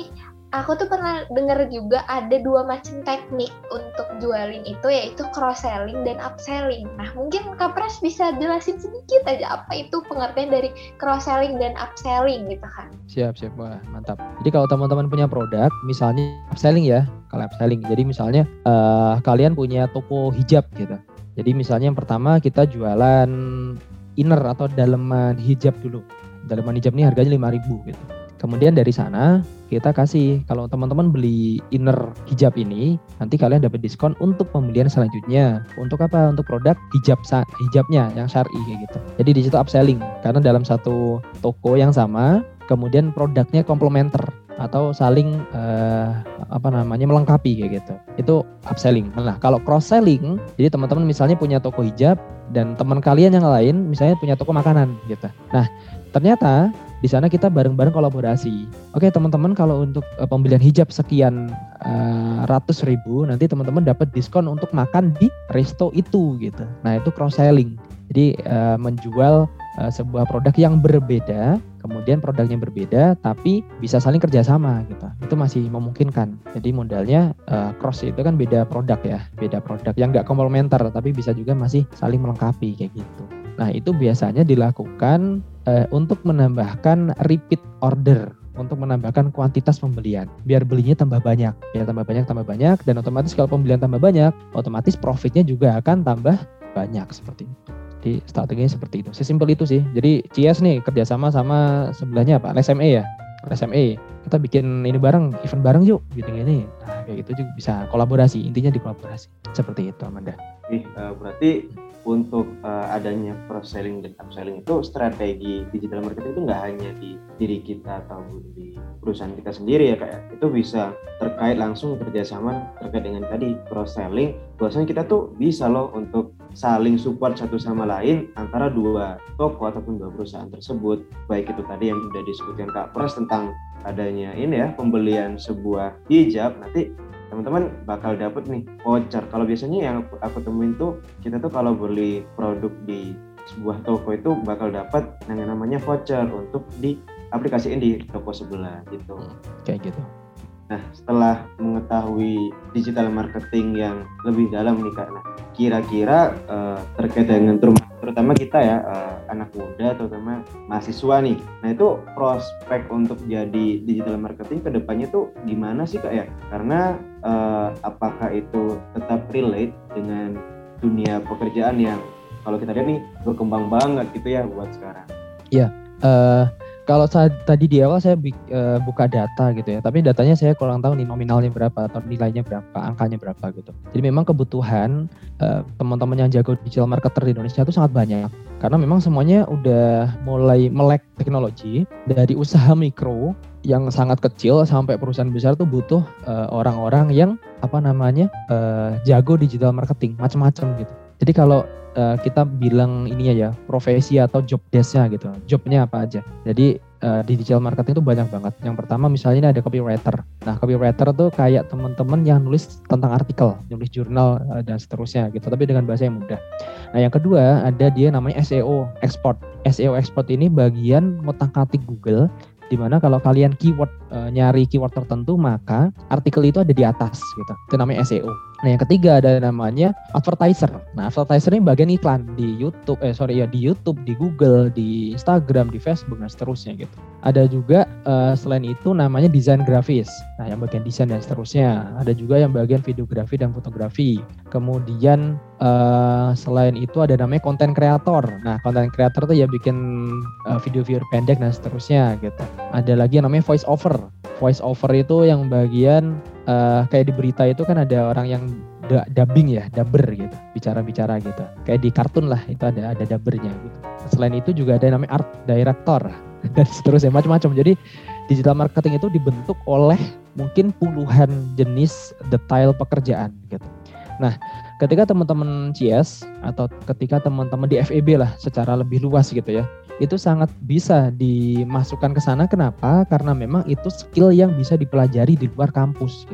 aku tuh pernah denger juga ada dua macam teknik untuk jualin itu, yaitu cross selling dan upselling. Nah mungkin Kak Pras bisa jelasin sedikit aja apa itu pengertian dari cross selling dan upselling gitu kan. Siap, siap. Wah, mantap. Jadi kalau teman-teman punya produk, misalnya upselling ya, kalau upselling. Jadi misalnya uh, kalian punya toko hijab gitu. Jadi misalnya yang pertama kita jualan inner atau daleman hijab dulu. Daleman hijab ini harganya lima ribu gitu. Kemudian dari sana kita kasih, kalau teman-teman beli inner hijab ini, nanti kalian dapat diskon untuk pembelian selanjutnya. Untuk apa? Untuk produk hijab hijabnya yang syar'i kayak gitu. Jadi di situ upselling, karena dalam satu toko yang sama, kemudian produknya komplementer atau saling eh, apa namanya melengkapi kayak gitu. Itu upselling. Nah, kalau cross selling, jadi teman-teman misalnya punya toko hijab dan teman kalian yang lain misalnya punya toko makanan gitu. Nah, ternyata di sana kita bareng-bareng kolaborasi. Oke teman-teman, kalau untuk uh, pembelian hijab sekian uh, ratus ribu, nanti teman-teman dapat diskon untuk makan di resto itu gitu. Nah itu cross selling. Jadi uh, menjual uh, sebuah produk yang berbeda, kemudian produknya berbeda, tapi bisa saling kerjasama gitu. Itu masih memungkinkan. Jadi modalnya uh, cross itu kan beda produk ya, beda produk yang nggak komplementer, tapi bisa juga masih saling melengkapi kayak gitu. Nah itu biasanya dilakukan uh, untuk menambahkan repeat order, untuk menambahkan kuantitas pembelian, biar belinya tambah banyak, biar tambah banyak, tambah banyak, dan otomatis kalau pembelian tambah banyak, otomatis profitnya juga akan tambah banyak seperti itu. Jadi strateginya seperti itu, sesimpel itu sih. Jadi C S nih kerjasama sama sebelahnya apa? S M E ya, S M E. Kita bikin ini bareng, event bareng yuk, gitu gini. Nah kayak gitu juga bisa kolaborasi, intinya di kolaborasi. Seperti itu Amanda. Ih, uh, berarti untuk uh, adanya cross selling dan upselling itu strategi digital marketing itu nggak hanya di diri kita atau di perusahaan kita sendiri ya kayak itu bisa terkait langsung kerjasama terkait dengan tadi cross selling. Bahwasanya kita tuh bisa loh untuk saling support satu sama lain antara dua toko ataupun dua perusahaan tersebut, baik itu tadi yang sudah disebutkan Kak Pras tentang adanya ini ya pembelian sebuah hijab, nanti teman-teman bakal dapat nih voucher. Kalau biasanya yang aku temuin tuh kita tuh kalau beli produk di sebuah toko itu bakal dapat yang namanya voucher untuk diaplikasiin di toko sebelah gitu. Kayak gitu. Nah, setelah mengetahui digital marketing yang lebih dalam nih Kak, nah, kira-kira uh, terkait dengan terutama kita ya uh, anak muda terutama mahasiswa nih. Nah itu prospek untuk jadi digital marketing ke depannya tuh gimana sih Kak ya? Karena uh, apakah itu tetap relate dengan dunia pekerjaan yang kalau kita lihat nih berkembang banget gitu ya buat sekarang. Iya, uh, kalau saat, tadi di awal saya uh, buka data gitu ya, tapi datanya saya kurang tahu nih nominalnya berapa atau nilainya berapa, angkanya berapa gitu. Jadi memang kebutuhan uh, teman-teman yang jago digital marketer di Indonesia itu sangat banyak. Karena memang semuanya udah mulai melek teknologi, dari usaha mikro yang sangat kecil sampai perusahaan besar tuh butuh uh, orang-orang yang apa namanya uh, jago digital marketing, macam-macam gitu. Jadi kalau Uh, kita bilang ini ya profesi atau job desk-nya gitu, jobnya apa aja. Jadi uh, di digital marketing itu banyak banget. Yang pertama misalnya ini ada copywriter. Nah copywriter tuh kayak teman-teman yang nulis tentang artikel, nulis jurnal uh, dan seterusnya gitu, tapi dengan bahasa yang mudah. Nah yang kedua ada dia namanya S E O export. S E O export ini bagian ngotak-atik Google, di mana kalau kalian keyword e, nyari keyword tertentu maka artikel itu ada di atas gitu. Itu namanya S E O. Nah, yang ketiga ada namanya advertiser. Nah, advertiser ini bagian iklan di YouTube eh sorry ya di YouTube, di Google, di Instagram, di Facebook dan seterusnya gitu. Ada juga e, selain itu namanya desain grafis. Nah, yang bagian desain dan seterusnya. Ada juga yang bagian videografi dan fotografi. Kemudian e, selain itu ada namanya content creator. Nah, content creator itu ya bikin e, video-video pendek dan seterusnya gitu. Ada lagi yang namanya voice over. Voice over itu yang bagian uh, kayak di berita itu kan ada orang yang da- dubbing ya, dubber gitu, bicara-bicara gitu. Kayak di kartun lah itu ada ada dubbernya gitu. Selain itu juga ada yang namanya art director dan seterusnya macam-macam. Jadi digital marketing itu dibentuk oleh mungkin puluhan jenis detail pekerjaan gitu. Nah, ketika teman-teman C S atau ketika teman-teman di F E B lah secara lebih luas gitu ya, itu sangat bisa dimasukkan ke sana. Kenapa? Karena memang itu skill yang bisa dipelajari di luar kampus gitu.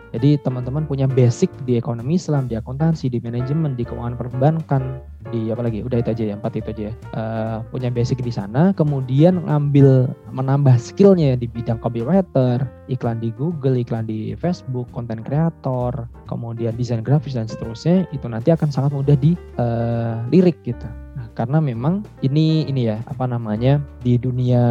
Jadi teman-teman punya basic di ekonomi Islam, di akuntansi, di manajemen, di keuangan perbankan, di apa lagi? Udah itu aja ya, empat itu aja ya. Uh, punya basic di sana, kemudian ngambil menambah skillnya di bidang copywriter, iklan di Google, iklan di Facebook, konten kreator, kemudian desain grafis dan seterusnya, itu nanti akan sangat mudah di uh, lirik gitu. Nah, karena memang ini ini ya apa namanya di dunia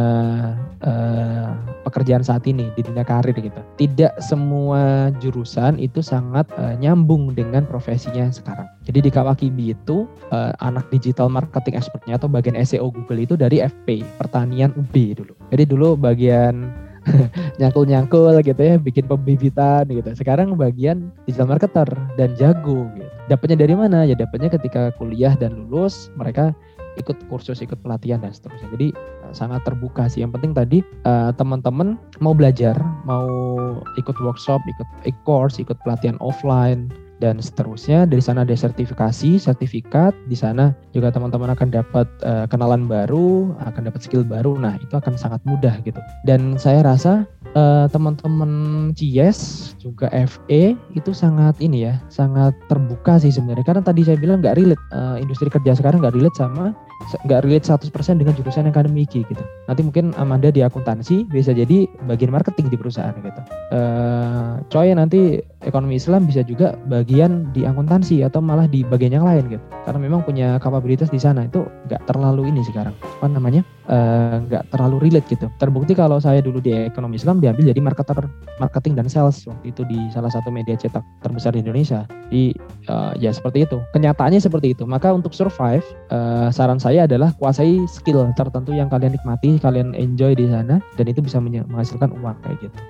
uh, pekerjaan saat ini, di dunia karir gitu, tidak semua jurusan itu sangat uh, nyambung dengan profesinya sekarang. Jadi di Kawakibi itu uh, anak digital marketing expertnya atau bagian S E O Google itu dari F P Pertanian U B dulu. Jadi dulu bagian nyangkul-nyangkul gitu ya, bikin pembibitan gitu. Sekarang bagian digital marketer dan jago gitu. Dapatnya dari mana? Ya dapatnya ketika kuliah dan lulus, mereka ikut kursus, ikut pelatihan dan seterusnya. Jadi uh, sangat terbuka sih. Yang penting tadi uh, teman-teman mau belajar, mau ikut workshop, ikut e-course, ikut pelatihan offline dan seterusnya. Dari sana ada sertifikasi, sertifikat. Di sana juga teman-teman akan dapat uh, kenalan baru, akan dapat skill baru. Nah, itu akan sangat mudah gitu. Dan saya rasa uh, teman-teman C S juga F E itu sangat ini ya, sangat terbuka sih sebenarnya. Karena tadi saya bilang nggak relate, uh, industri kerja sekarang nggak relate sama nggak relate seratus persen dengan jurusan yang kalian miliki gitu. Nanti mungkin Amanda di akuntansi bisa jadi bagian marketing di perusahaan gitu. Uh, Coy nanti ekonomi Islam bisa juga bagian di akuntansi atau malah di bagian yang lain gitu. Karena memang punya kapabilitas di sana, itu nggak terlalu ini sekarang. Apa namanya? Uh, nggak terlalu relate gitu. Terbukti kalau saya dulu di ekonomi Islam diambil jadi marketer, marketing dan sales waktu itu di salah satu media cetak terbesar di Indonesia. Di uh, ya seperti itu. Kenyataannya seperti itu. Maka untuk survive, uh, saran saya adalah kuasai skill tertentu yang kalian nikmati, kalian enjoy di sana, dan itu bisa menghasilkan uang kayak gitu.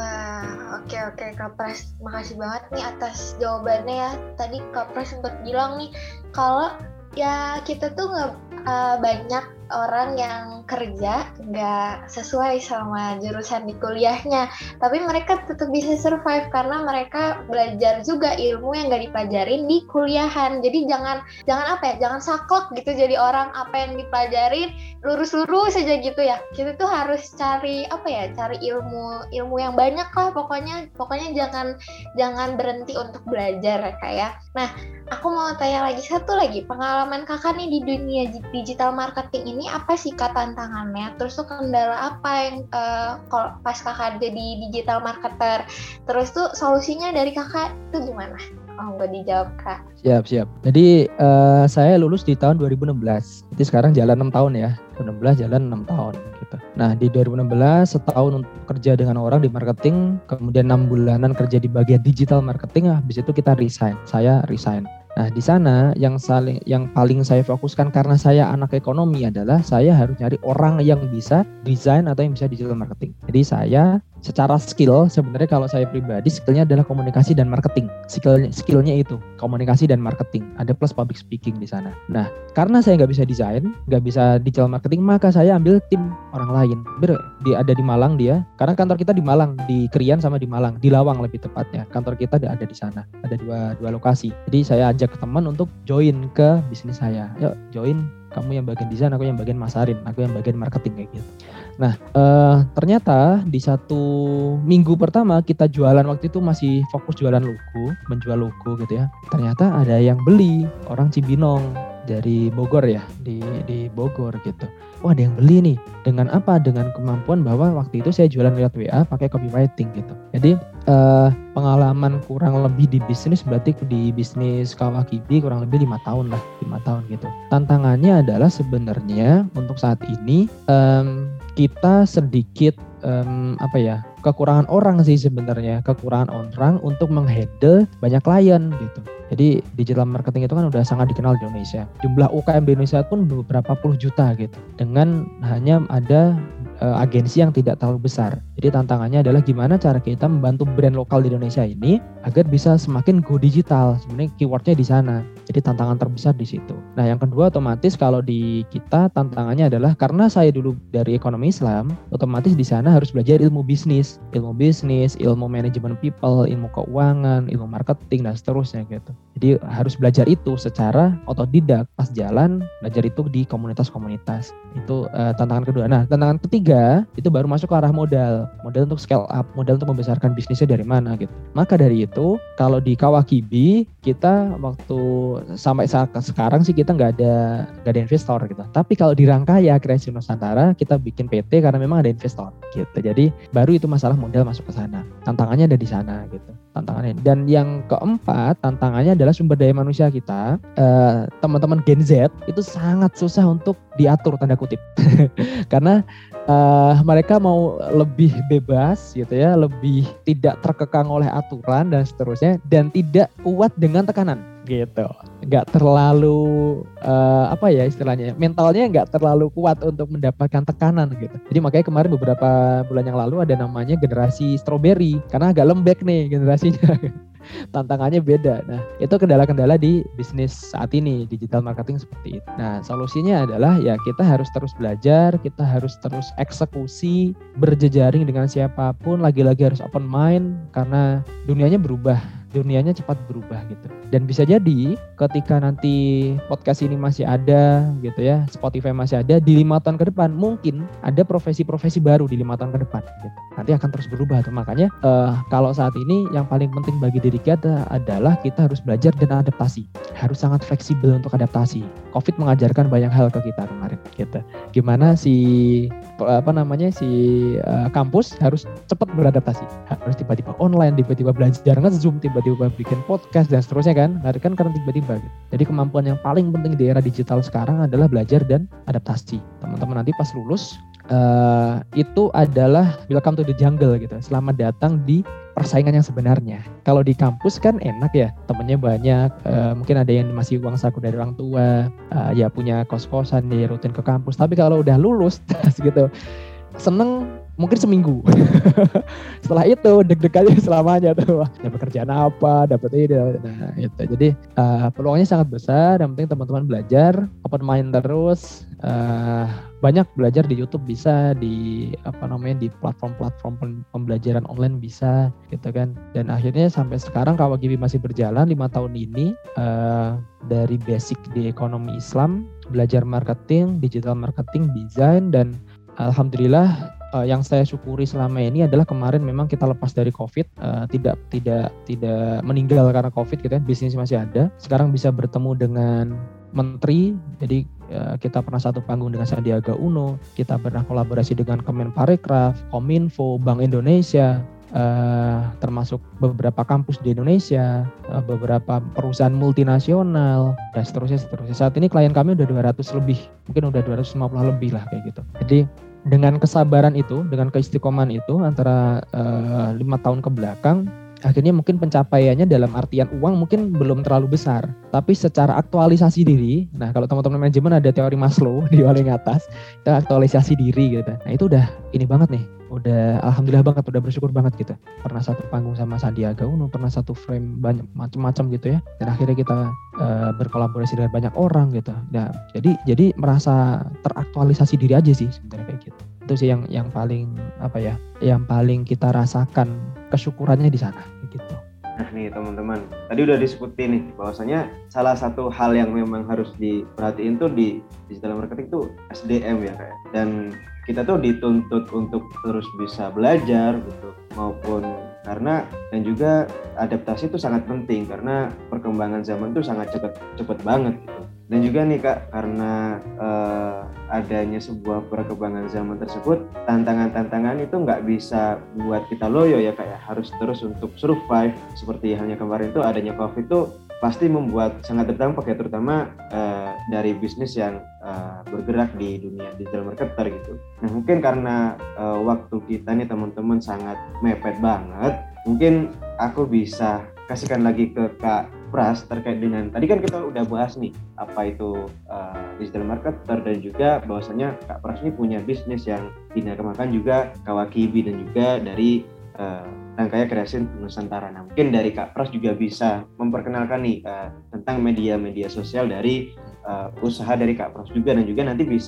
Wah, oke oke Kak Pras, makasih banget nih atas jawabannya ya. Tadi Kak Pras sempat bilang nih kalau ya kita tuh nggak uh, banyak orang yang kerja nggak sesuai sama jurusan di kuliahnya, tapi mereka tetap bisa survive karena mereka belajar juga ilmu yang nggak dipelajarin di kuliahan. Jadi jangan jangan apa ya, jangan saklek gitu jadi orang apa yang dipelajarin lurus-lurus aja gitu ya. Kita tuh harus cari apa ya, cari ilmu ilmu yang banyak lah pokoknya. Pokoknya jangan jangan berhenti untuk belajar ya Kak ya. Nah, aku mau tanya lagi satu lagi, pengalaman Kakak nih di dunia digital marketing ini apa sih Kak tantangannya? Terus tuh kendala apa yang uh, kalau pas Kakak jadi digital marketer? Terus tuh solusinya dari Kakak itu gimana? Oh, nggak dijawab Kak. Siap, siap. Jadi uh, saya lulus di tahun dua ribu enam belas. Jadi sekarang jalan enam tahun ya. dua ribu enam belas jalan enam tahun gitu. Nah, di dua ribu enam belas setahun untuk kerja dengan orang di marketing, kemudian enam bulanan kerja di bagian digital marketing, habis itu kita resign. Saya resign. Nah, di sana yang saling yang paling saya fokuskan karena saya anak ekonomi adalah saya harus nyari orang yang bisa desain atau yang bisa digital marketing. Jadi saya secara skill sebenarnya kalau saya pribadi skillnya adalah komunikasi dan marketing. Skillnya skillnya itu komunikasi dan marketing. Ada plus public speaking di sana. Nah, karena saya nggak bisa desain, nggak bisa digital marketing, maka saya ambil tim orang lain. Ber, dia ada di Malang dia. Karena kantor kita di Malang, di Krian sama di Malang, di Lawang lebih tepatnya. Kantor kita ada di sana. Ada dua dua lokasi. Jadi saya ajak ke teman untuk join ke bisnis saya. Yuk join, kamu yang bagian desain, aku yang bagian masarin, aku yang bagian marketing kayak gitu. Nah uh, ternyata di satu minggu pertama kita jualan, waktu itu masih fokus jualan logo, menjual logo gitu ya. Ternyata ada yang beli, orang Cibinong dari Bogor ya, di di Bogor gitu. Wah, ada yang beli nih. Dengan apa? Dengan kemampuan bahwa waktu itu saya jualan lewat W A pakai copywriting gitu. Jadi uh, pengalaman kurang lebih di bisnis, berarti di bisnis Kawakibi kurang lebih lima tahun lah, lima tahun gitu. Tantangannya adalah sebenarnya untuk saat ini um, kita sedikit um, apa ya, kekurangan orang sih sebenarnya, kekurangan orang untuk menghandle banyak klien gitu. Jadi digital marketing itu kan udah sangat dikenal di Indonesia. Jumlah U K M di Indonesia pun beberapa puluh juta gitu. Dengan hanya ada uh, agensi yang tidak terlalu besar. Jadi tantangannya adalah gimana cara kita membantu brand lokal di Indonesia ini agar bisa semakin go digital. Sebenarnya keywordnya di sana. Jadi tantangan terbesar di situ. Nah, yang kedua otomatis kalau di kita tantangannya adalah karena saya dulu dari ekonomi Islam, otomatis di sana harus belajar ilmu bisnis, ilmu bisnis, ilmu manajemen people, ilmu keuangan, ilmu marketing dan seterusnya gitu. Jadi harus belajar itu secara otodidak, pas jalan belajar itu di komunitas-komunitas. Itu uh, tantangan kedua. Nah, tantangan ketiga itu baru masuk ke arah modal. modal untuk scale up, modal untuk membesarkan bisnisnya dari mana gitu. Maka dari itu kalau di Kawakibi kita waktu sampai saat sekarang sih kita nggak ada nggak ada investor gitu. Tapi kalau di Rangkaya Kreasi Nusantara kita bikin P T karena memang ada investor gitu. Jadi baru itu masalah modal masuk ke sana. Tantangannya ada di sana gitu. Tantangannya. Dan yang keempat tantangannya adalah sumber daya manusia kita. Eh, teman-teman Gen Z itu sangat susah untuk diatur tanda kutip karena uh, mereka mau lebih bebas gitu ya, lebih tidak terkekang oleh aturan dan seterusnya, dan tidak kuat dengan tekanan gitu, nggak terlalu uh, apa ya istilahnya, mentalnya nggak terlalu kuat untuk mendapatkan tekanan gitu. Jadi makanya kemarin beberapa bulan yang lalu ada namanya generasi strawberry karena agak lembek nih generasinya. Tantangannya beda. Nah, itu kendala-kendala di bisnis saat ini, digital marketing seperti itu. Nah, solusinya adalah ya kita harus terus belajar, kita harus terus eksekusi, berjejaring dengan siapapun, lagi-lagi harus open mind karena dunianya berubah. Dunianya cepat berubah gitu. Dan bisa jadi ketika nanti podcast ini masih ada gitu ya, Spotify masih ada, di lima tahun ke depan mungkin ada profesi-profesi baru di lima tahun ke depan gitu. Nanti akan terus berubah tuh. Makanya uh, kalau saat ini yang paling penting bagi diri kita adalah kita harus belajar dan adaptasi. Harus sangat fleksibel untuk adaptasi. Covid mengajarkan banyak hal ke kita kemarin gitu. Gimana si apa namanya si uh, kampus harus cepat beradaptasi. Harus tiba-tiba online, tiba-tiba belajar nge-zoom, tiba-tiba bikin podcast dan seterusnya kan. Nah, kan karena tiba-tiba gitu. Jadi kemampuan yang paling penting di era digital sekarang adalah belajar dan adaptasi. Teman-teman nanti pas lulus uh, itu adalah welcome to the jungle gitu. Selamat datang di persaingan yang sebenarnya. Kalau di kampus kan enak ya, temennya banyak, uh, mungkin ada yang masih uang saku dari orang tua, uh, ya punya kos-kosan, dia rutin ke kampus. Tapi kalau udah lulus gitu, seneng mungkin seminggu. Setelah itu deg-degannya selamanya tuh. Dapat kerjaan apa, dapat ini. Nah, itu. Jadi uh, peluangnya sangat besar. Yang penting teman-teman belajar, open mind terus. Uh, banyak belajar di YouTube bisa, di apa namanya di platform-platform pembelajaran online bisa, gitu kan. Dan akhirnya sampai sekarang Kawakibi masih berjalan lima tahun ini uh, dari basic di ekonomi Islam, belajar marketing, digital marketing, desain, dan alhamdulillah uh, yang saya syukuri selama ini adalah kemarin memang kita lepas dari COVID, uh, tidak tidak tidak meninggal karena COVID gitu kan, bisnis masih ada. Sekarang bisa bertemu dengan menteri, jadi uh, kita pernah satu panggung dengan Sandiaga Uno, kita pernah kolaborasi dengan Kemenparekraf, Kominfo, Bank Indonesia, uh, termasuk beberapa kampus di Indonesia, uh, beberapa perusahaan multinasional, dan seterusnya seterusnya. Saat ini klien kami udah dua ratus lebih, mungkin udah dua ratus lima puluh lebih lah kayak gitu. Jadi dengan kesabaran itu, dengan keistiqomahan itu antara uh, lima tahun ke belakang, akhirnya mungkin pencapaiannya dalam artian uang mungkin belum terlalu besar, tapi secara aktualisasi diri, nah kalau teman-teman manajemen ada teori Maslow di paling atas, itu aktualisasi diri gitu. Nah itu udah ini banget nih, udah alhamdulillah banget, udah bersyukur banget gitu. Pernah satu panggung sama Sandiaga Uno, pernah satu frame banyak macam-macam gitu ya, dan akhirnya kita uh, berkolaborasi dengan banyak orang gitu. Nah jadi jadi merasa teraktualisasi diri aja sih sebenarnya kayak gitu. Itu sih yang yang paling apa ya, yang paling kita rasakan kesyukurannya di sana gitu. Nah nih teman-teman, tadi udah disebutin nih bahwasanya salah satu hal yang memang harus diperhatiin tuh di digital marketing tuh S D M ya kayak. Dan kita tuh dituntut untuk terus bisa belajar gitu, maupun karena dan juga adaptasi itu sangat penting karena perkembangan zaman tuh sangat cepat cepat banget gitu. Dan juga nih Kak, karena uh, adanya sebuah perkembangan zaman tersebut, tantangan-tantangan itu nggak bisa buat kita loyo ya Kak ya, harus terus untuk survive. Seperti halnya kemarin itu adanya COVID itu pasti membuat sangat terdampak ya, terutama uh, dari bisnis yang uh, bergerak di dunia digital marketer gitu. Nah mungkin karena uh, waktu kita nih teman-teman sangat mepet banget, mungkin aku bisa kasihkan lagi ke Kak Pras terkait dengan tadi kan kita udah bahas nih apa itu uh, digital marketer, dan juga bahwasanya Kak Pras ini punya bisnis yang dinamakan juga Kawakibi dan juga dari uh, Rangkaya Kreasi Nusantara. Nah mungkin dari Kak Pras juga bisa memperkenalkan nih uh, tentang media-media sosial dari uh, usaha dari Kak Pras juga, dan juga nanti bisa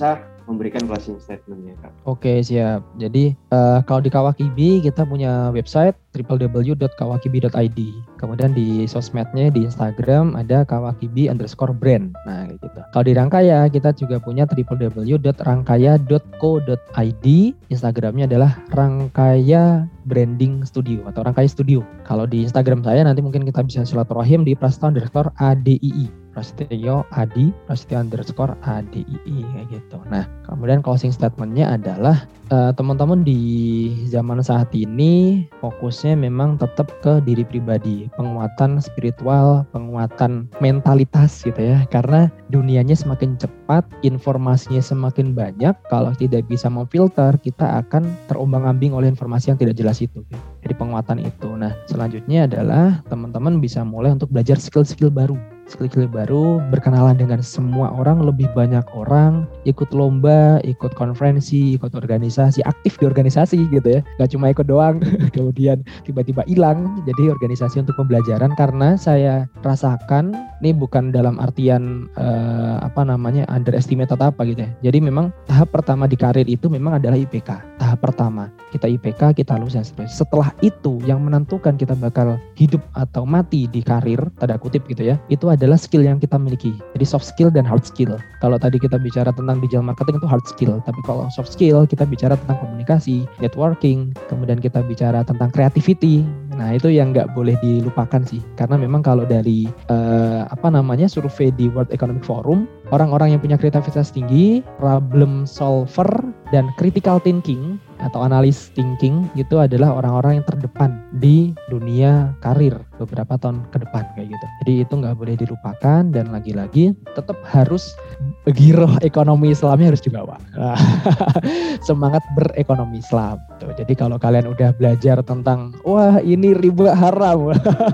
memberikan closing statement-nya, Kak. Oke, siap. Jadi uh, kalau di Kawakibi kita punya website w w w dot kawakibi dot i d. Kemudian di sosmednya di Instagram ada kawakibi underscore brand. Nah, kayak gitu. Kalau di Rangkaya kita juga punya w w w dot rangkaya dot co dot i d. Instagramnya adalah Rangkaya Branding Studio atau Rangkaya Studio. Kalau di Instagram saya nanti mungkin kita bisa silaturahim di prasetyo underscore a d i i. Prasetyo Adi, Prasetyo underscore A D I I kayak gitu. Nah, kemudian closing statementnya adalah uh, teman-teman di zaman saat ini fokusnya memang tetap ke diri pribadi, penguatan spiritual, penguatan mentalitas gitu ya. Karena dunianya semakin cepat, informasinya semakin banyak. Kalau tidak bisa memfilter, kita akan terombang-ambing oleh informasi yang tidak jelas itu. Jadi penguatan itu. Nah, selanjutnya adalah teman-teman bisa mulai untuk belajar skill-skill baru. Skill-skill baru, berkenalan dengan semua orang, lebih banyak orang, ikut lomba, ikut konferensi, ikut organisasi, aktif di organisasi gitu ya. Gak cuma ikut doang, kemudian tiba-tiba hilang. Jadi organisasi untuk pembelajaran, karena saya rasakan, ini bukan dalam artian uh, apa namanya underestimate atau apa gitu ya. Jadi memang tahap pertama di karir itu memang adalah I P K. Tahap pertama, kita I P K, kita lulus dan seterusnya. Setelah itu yang menentukan kita bakal hidup atau mati di karir, tanda kutip gitu ya, itu adalah skill yang kita miliki. Jadi soft skill dan hard skill. Kalau tadi kita bicara tentang digital marketing itu hard skill, tapi kalau soft skill kita bicara tentang komunikasi, networking, kemudian kita bicara tentang creativity. Nah, itu yang nggak boleh dilupakan sih. Karena memang kalau dari uh, apa namanya survei di World Economic Forum, orang-orang yang punya kreativitas tinggi, problem solver dan critical thinking atau analis thinking itu adalah orang-orang yang terdepan di dunia karir beberapa tahun ke depan kayak gitu. Jadi itu nggak boleh dilupakan, dan lagi-lagi tetap harus giroh ekonomi Islamnya harus dibawa. Semangat berekonomi Islam. Tuh, jadi kalau kalian udah belajar tentang wah ini riba haram,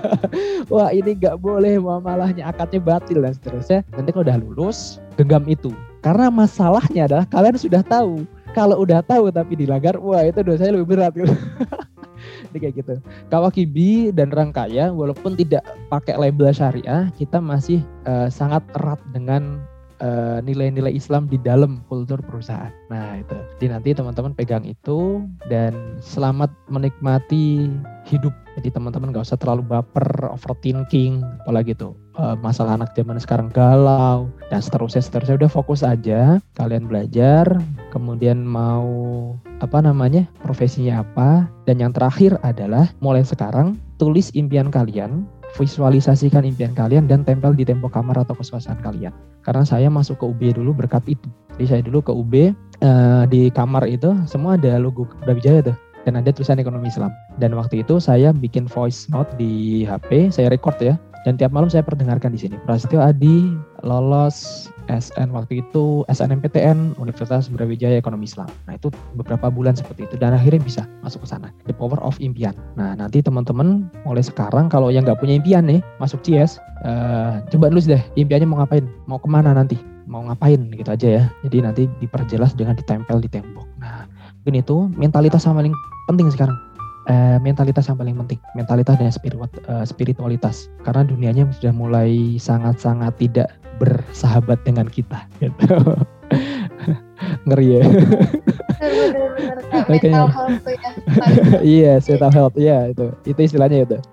wah ini nggak boleh, malahnya akadnya batil dan seterusnya, nanti kalau udah lulus genggam itu. Karena masalahnya adalah kalian sudah tahu. Kalau udah tahu tapi dilanggar, wah itu dosanya lebih berat gitu. Jadi kayak gitu. Kawakibi dan Rangkaya walaupun tidak pakai label syariah, kita masih uh, sangat erat dengan uh, nilai-nilai Islam di dalam kultur perusahaan. Nah itu. Jadi nanti teman-teman pegang itu dan selamat menikmati hidup. Jadi teman-teman gak usah terlalu baper, overthinking, apalagi tuh uh, masalah anak zaman sekarang galau dan seterusnya seterusnya. Udah fokus aja, kalian belajar, kemudian mau apa namanya profesinya apa, dan yang terakhir adalah mulai sekarang tulis impian kalian, visualisasikan impian kalian dan tempel di tembok kamar atau kos-kosan kalian. Karena saya masuk ke U B dulu berkat itu. Jadi saya dulu ke U B uh, di kamar itu semua ada logo Brawijaya tuh. Dan ada tulisan ekonomi Islam. Dan waktu itu saya bikin voice note di H P, saya record ya. Dan tiap malam saya perdengarkan di sini. Prasetyo Adi lolos S N waktu itu S N M P T N Universitas Brawijaya Ekonomi Islam. Nah itu beberapa bulan seperti itu dan akhirnya bisa masuk ke sana. The power of impian. Nah nanti teman-teman mulai sekarang kalau yang nggak punya impian nih masuk C S, uh, coba dulu deh impiannya mau ngapain, mau kemana nanti, mau ngapain gitu aja ya. Jadi nanti diperjelas dengan ditempel di tembok. Nah mungkin itu mentalitas yang paling penting sekarang. Uh, mentalitas yang paling penting, mentalitas dan spiritual, uh, spiritualitas, karena dunianya sudah mulai sangat-sangat tidak bersahabat dengan kita gitu. Ngeri ya. Benar-benar mental health tuh ya. Iya, mental health ya itu itu istilahnya itu.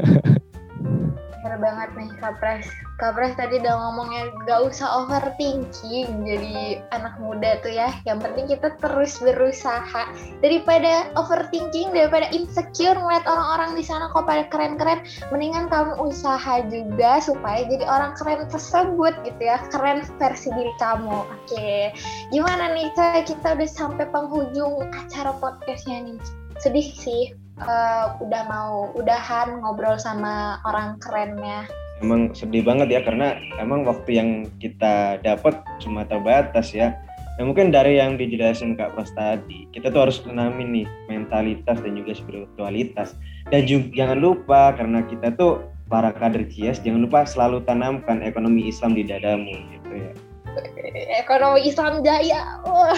Bener banget nih Kapres. Kapres tadi udah ngomongnya gak usah overthinking jadi anak muda tuh ya. Yang penting kita terus berusaha. Daripada overthinking, daripada insecure ngeliat orang-orang di sana kok pada keren-keren, mendingan kamu usaha juga supaya jadi orang keren tersebut gitu ya. Keren versi diri kamu. Oke. Gimana nih kita udah sampai penghujung acara podcastnya nih. Sedih sih. Uh, udah mau udahan ngobrol sama orang kerennya. Emang sedih banget ya karena emang waktu yang kita dapat cuma terbatas ya. Nah, mungkin dari yang dijelasin Kak Pras tadi, kita tuh harus tanamin nih mentalitas dan juga spiritualitas. Dan juga jangan lupa karena kita tuh para kader C S, jangan lupa selalu tanamkan ekonomi Islam di dadamu gitu ya. Ekonomi Islam jaya. Wah.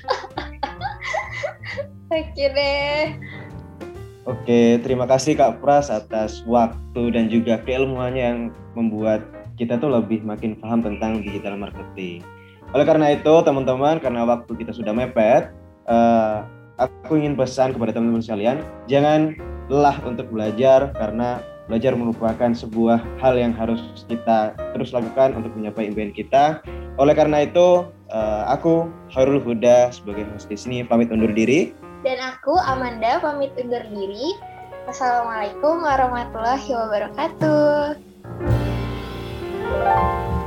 Oke deh. Oke, terima kasih Kak Pras atas waktu dan juga keilmuannya yang membuat kita tuh lebih makin paham tentang digital marketing. Oleh karena itu, teman-teman, karena waktu kita sudah mepet, uh, aku ingin pesan kepada teman-teman sekalian, jangan lelah untuk belajar, karena belajar merupakan sebuah hal yang harus kita terus lakukan untuk mencapai impian kita. Oleh karena itu, uh, aku Khairul Huda sebagai host di sini pamit undur diri. Dan aku Amanda pamit undur diri. Wassalamualaikum warahmatullahi wabarakatuh.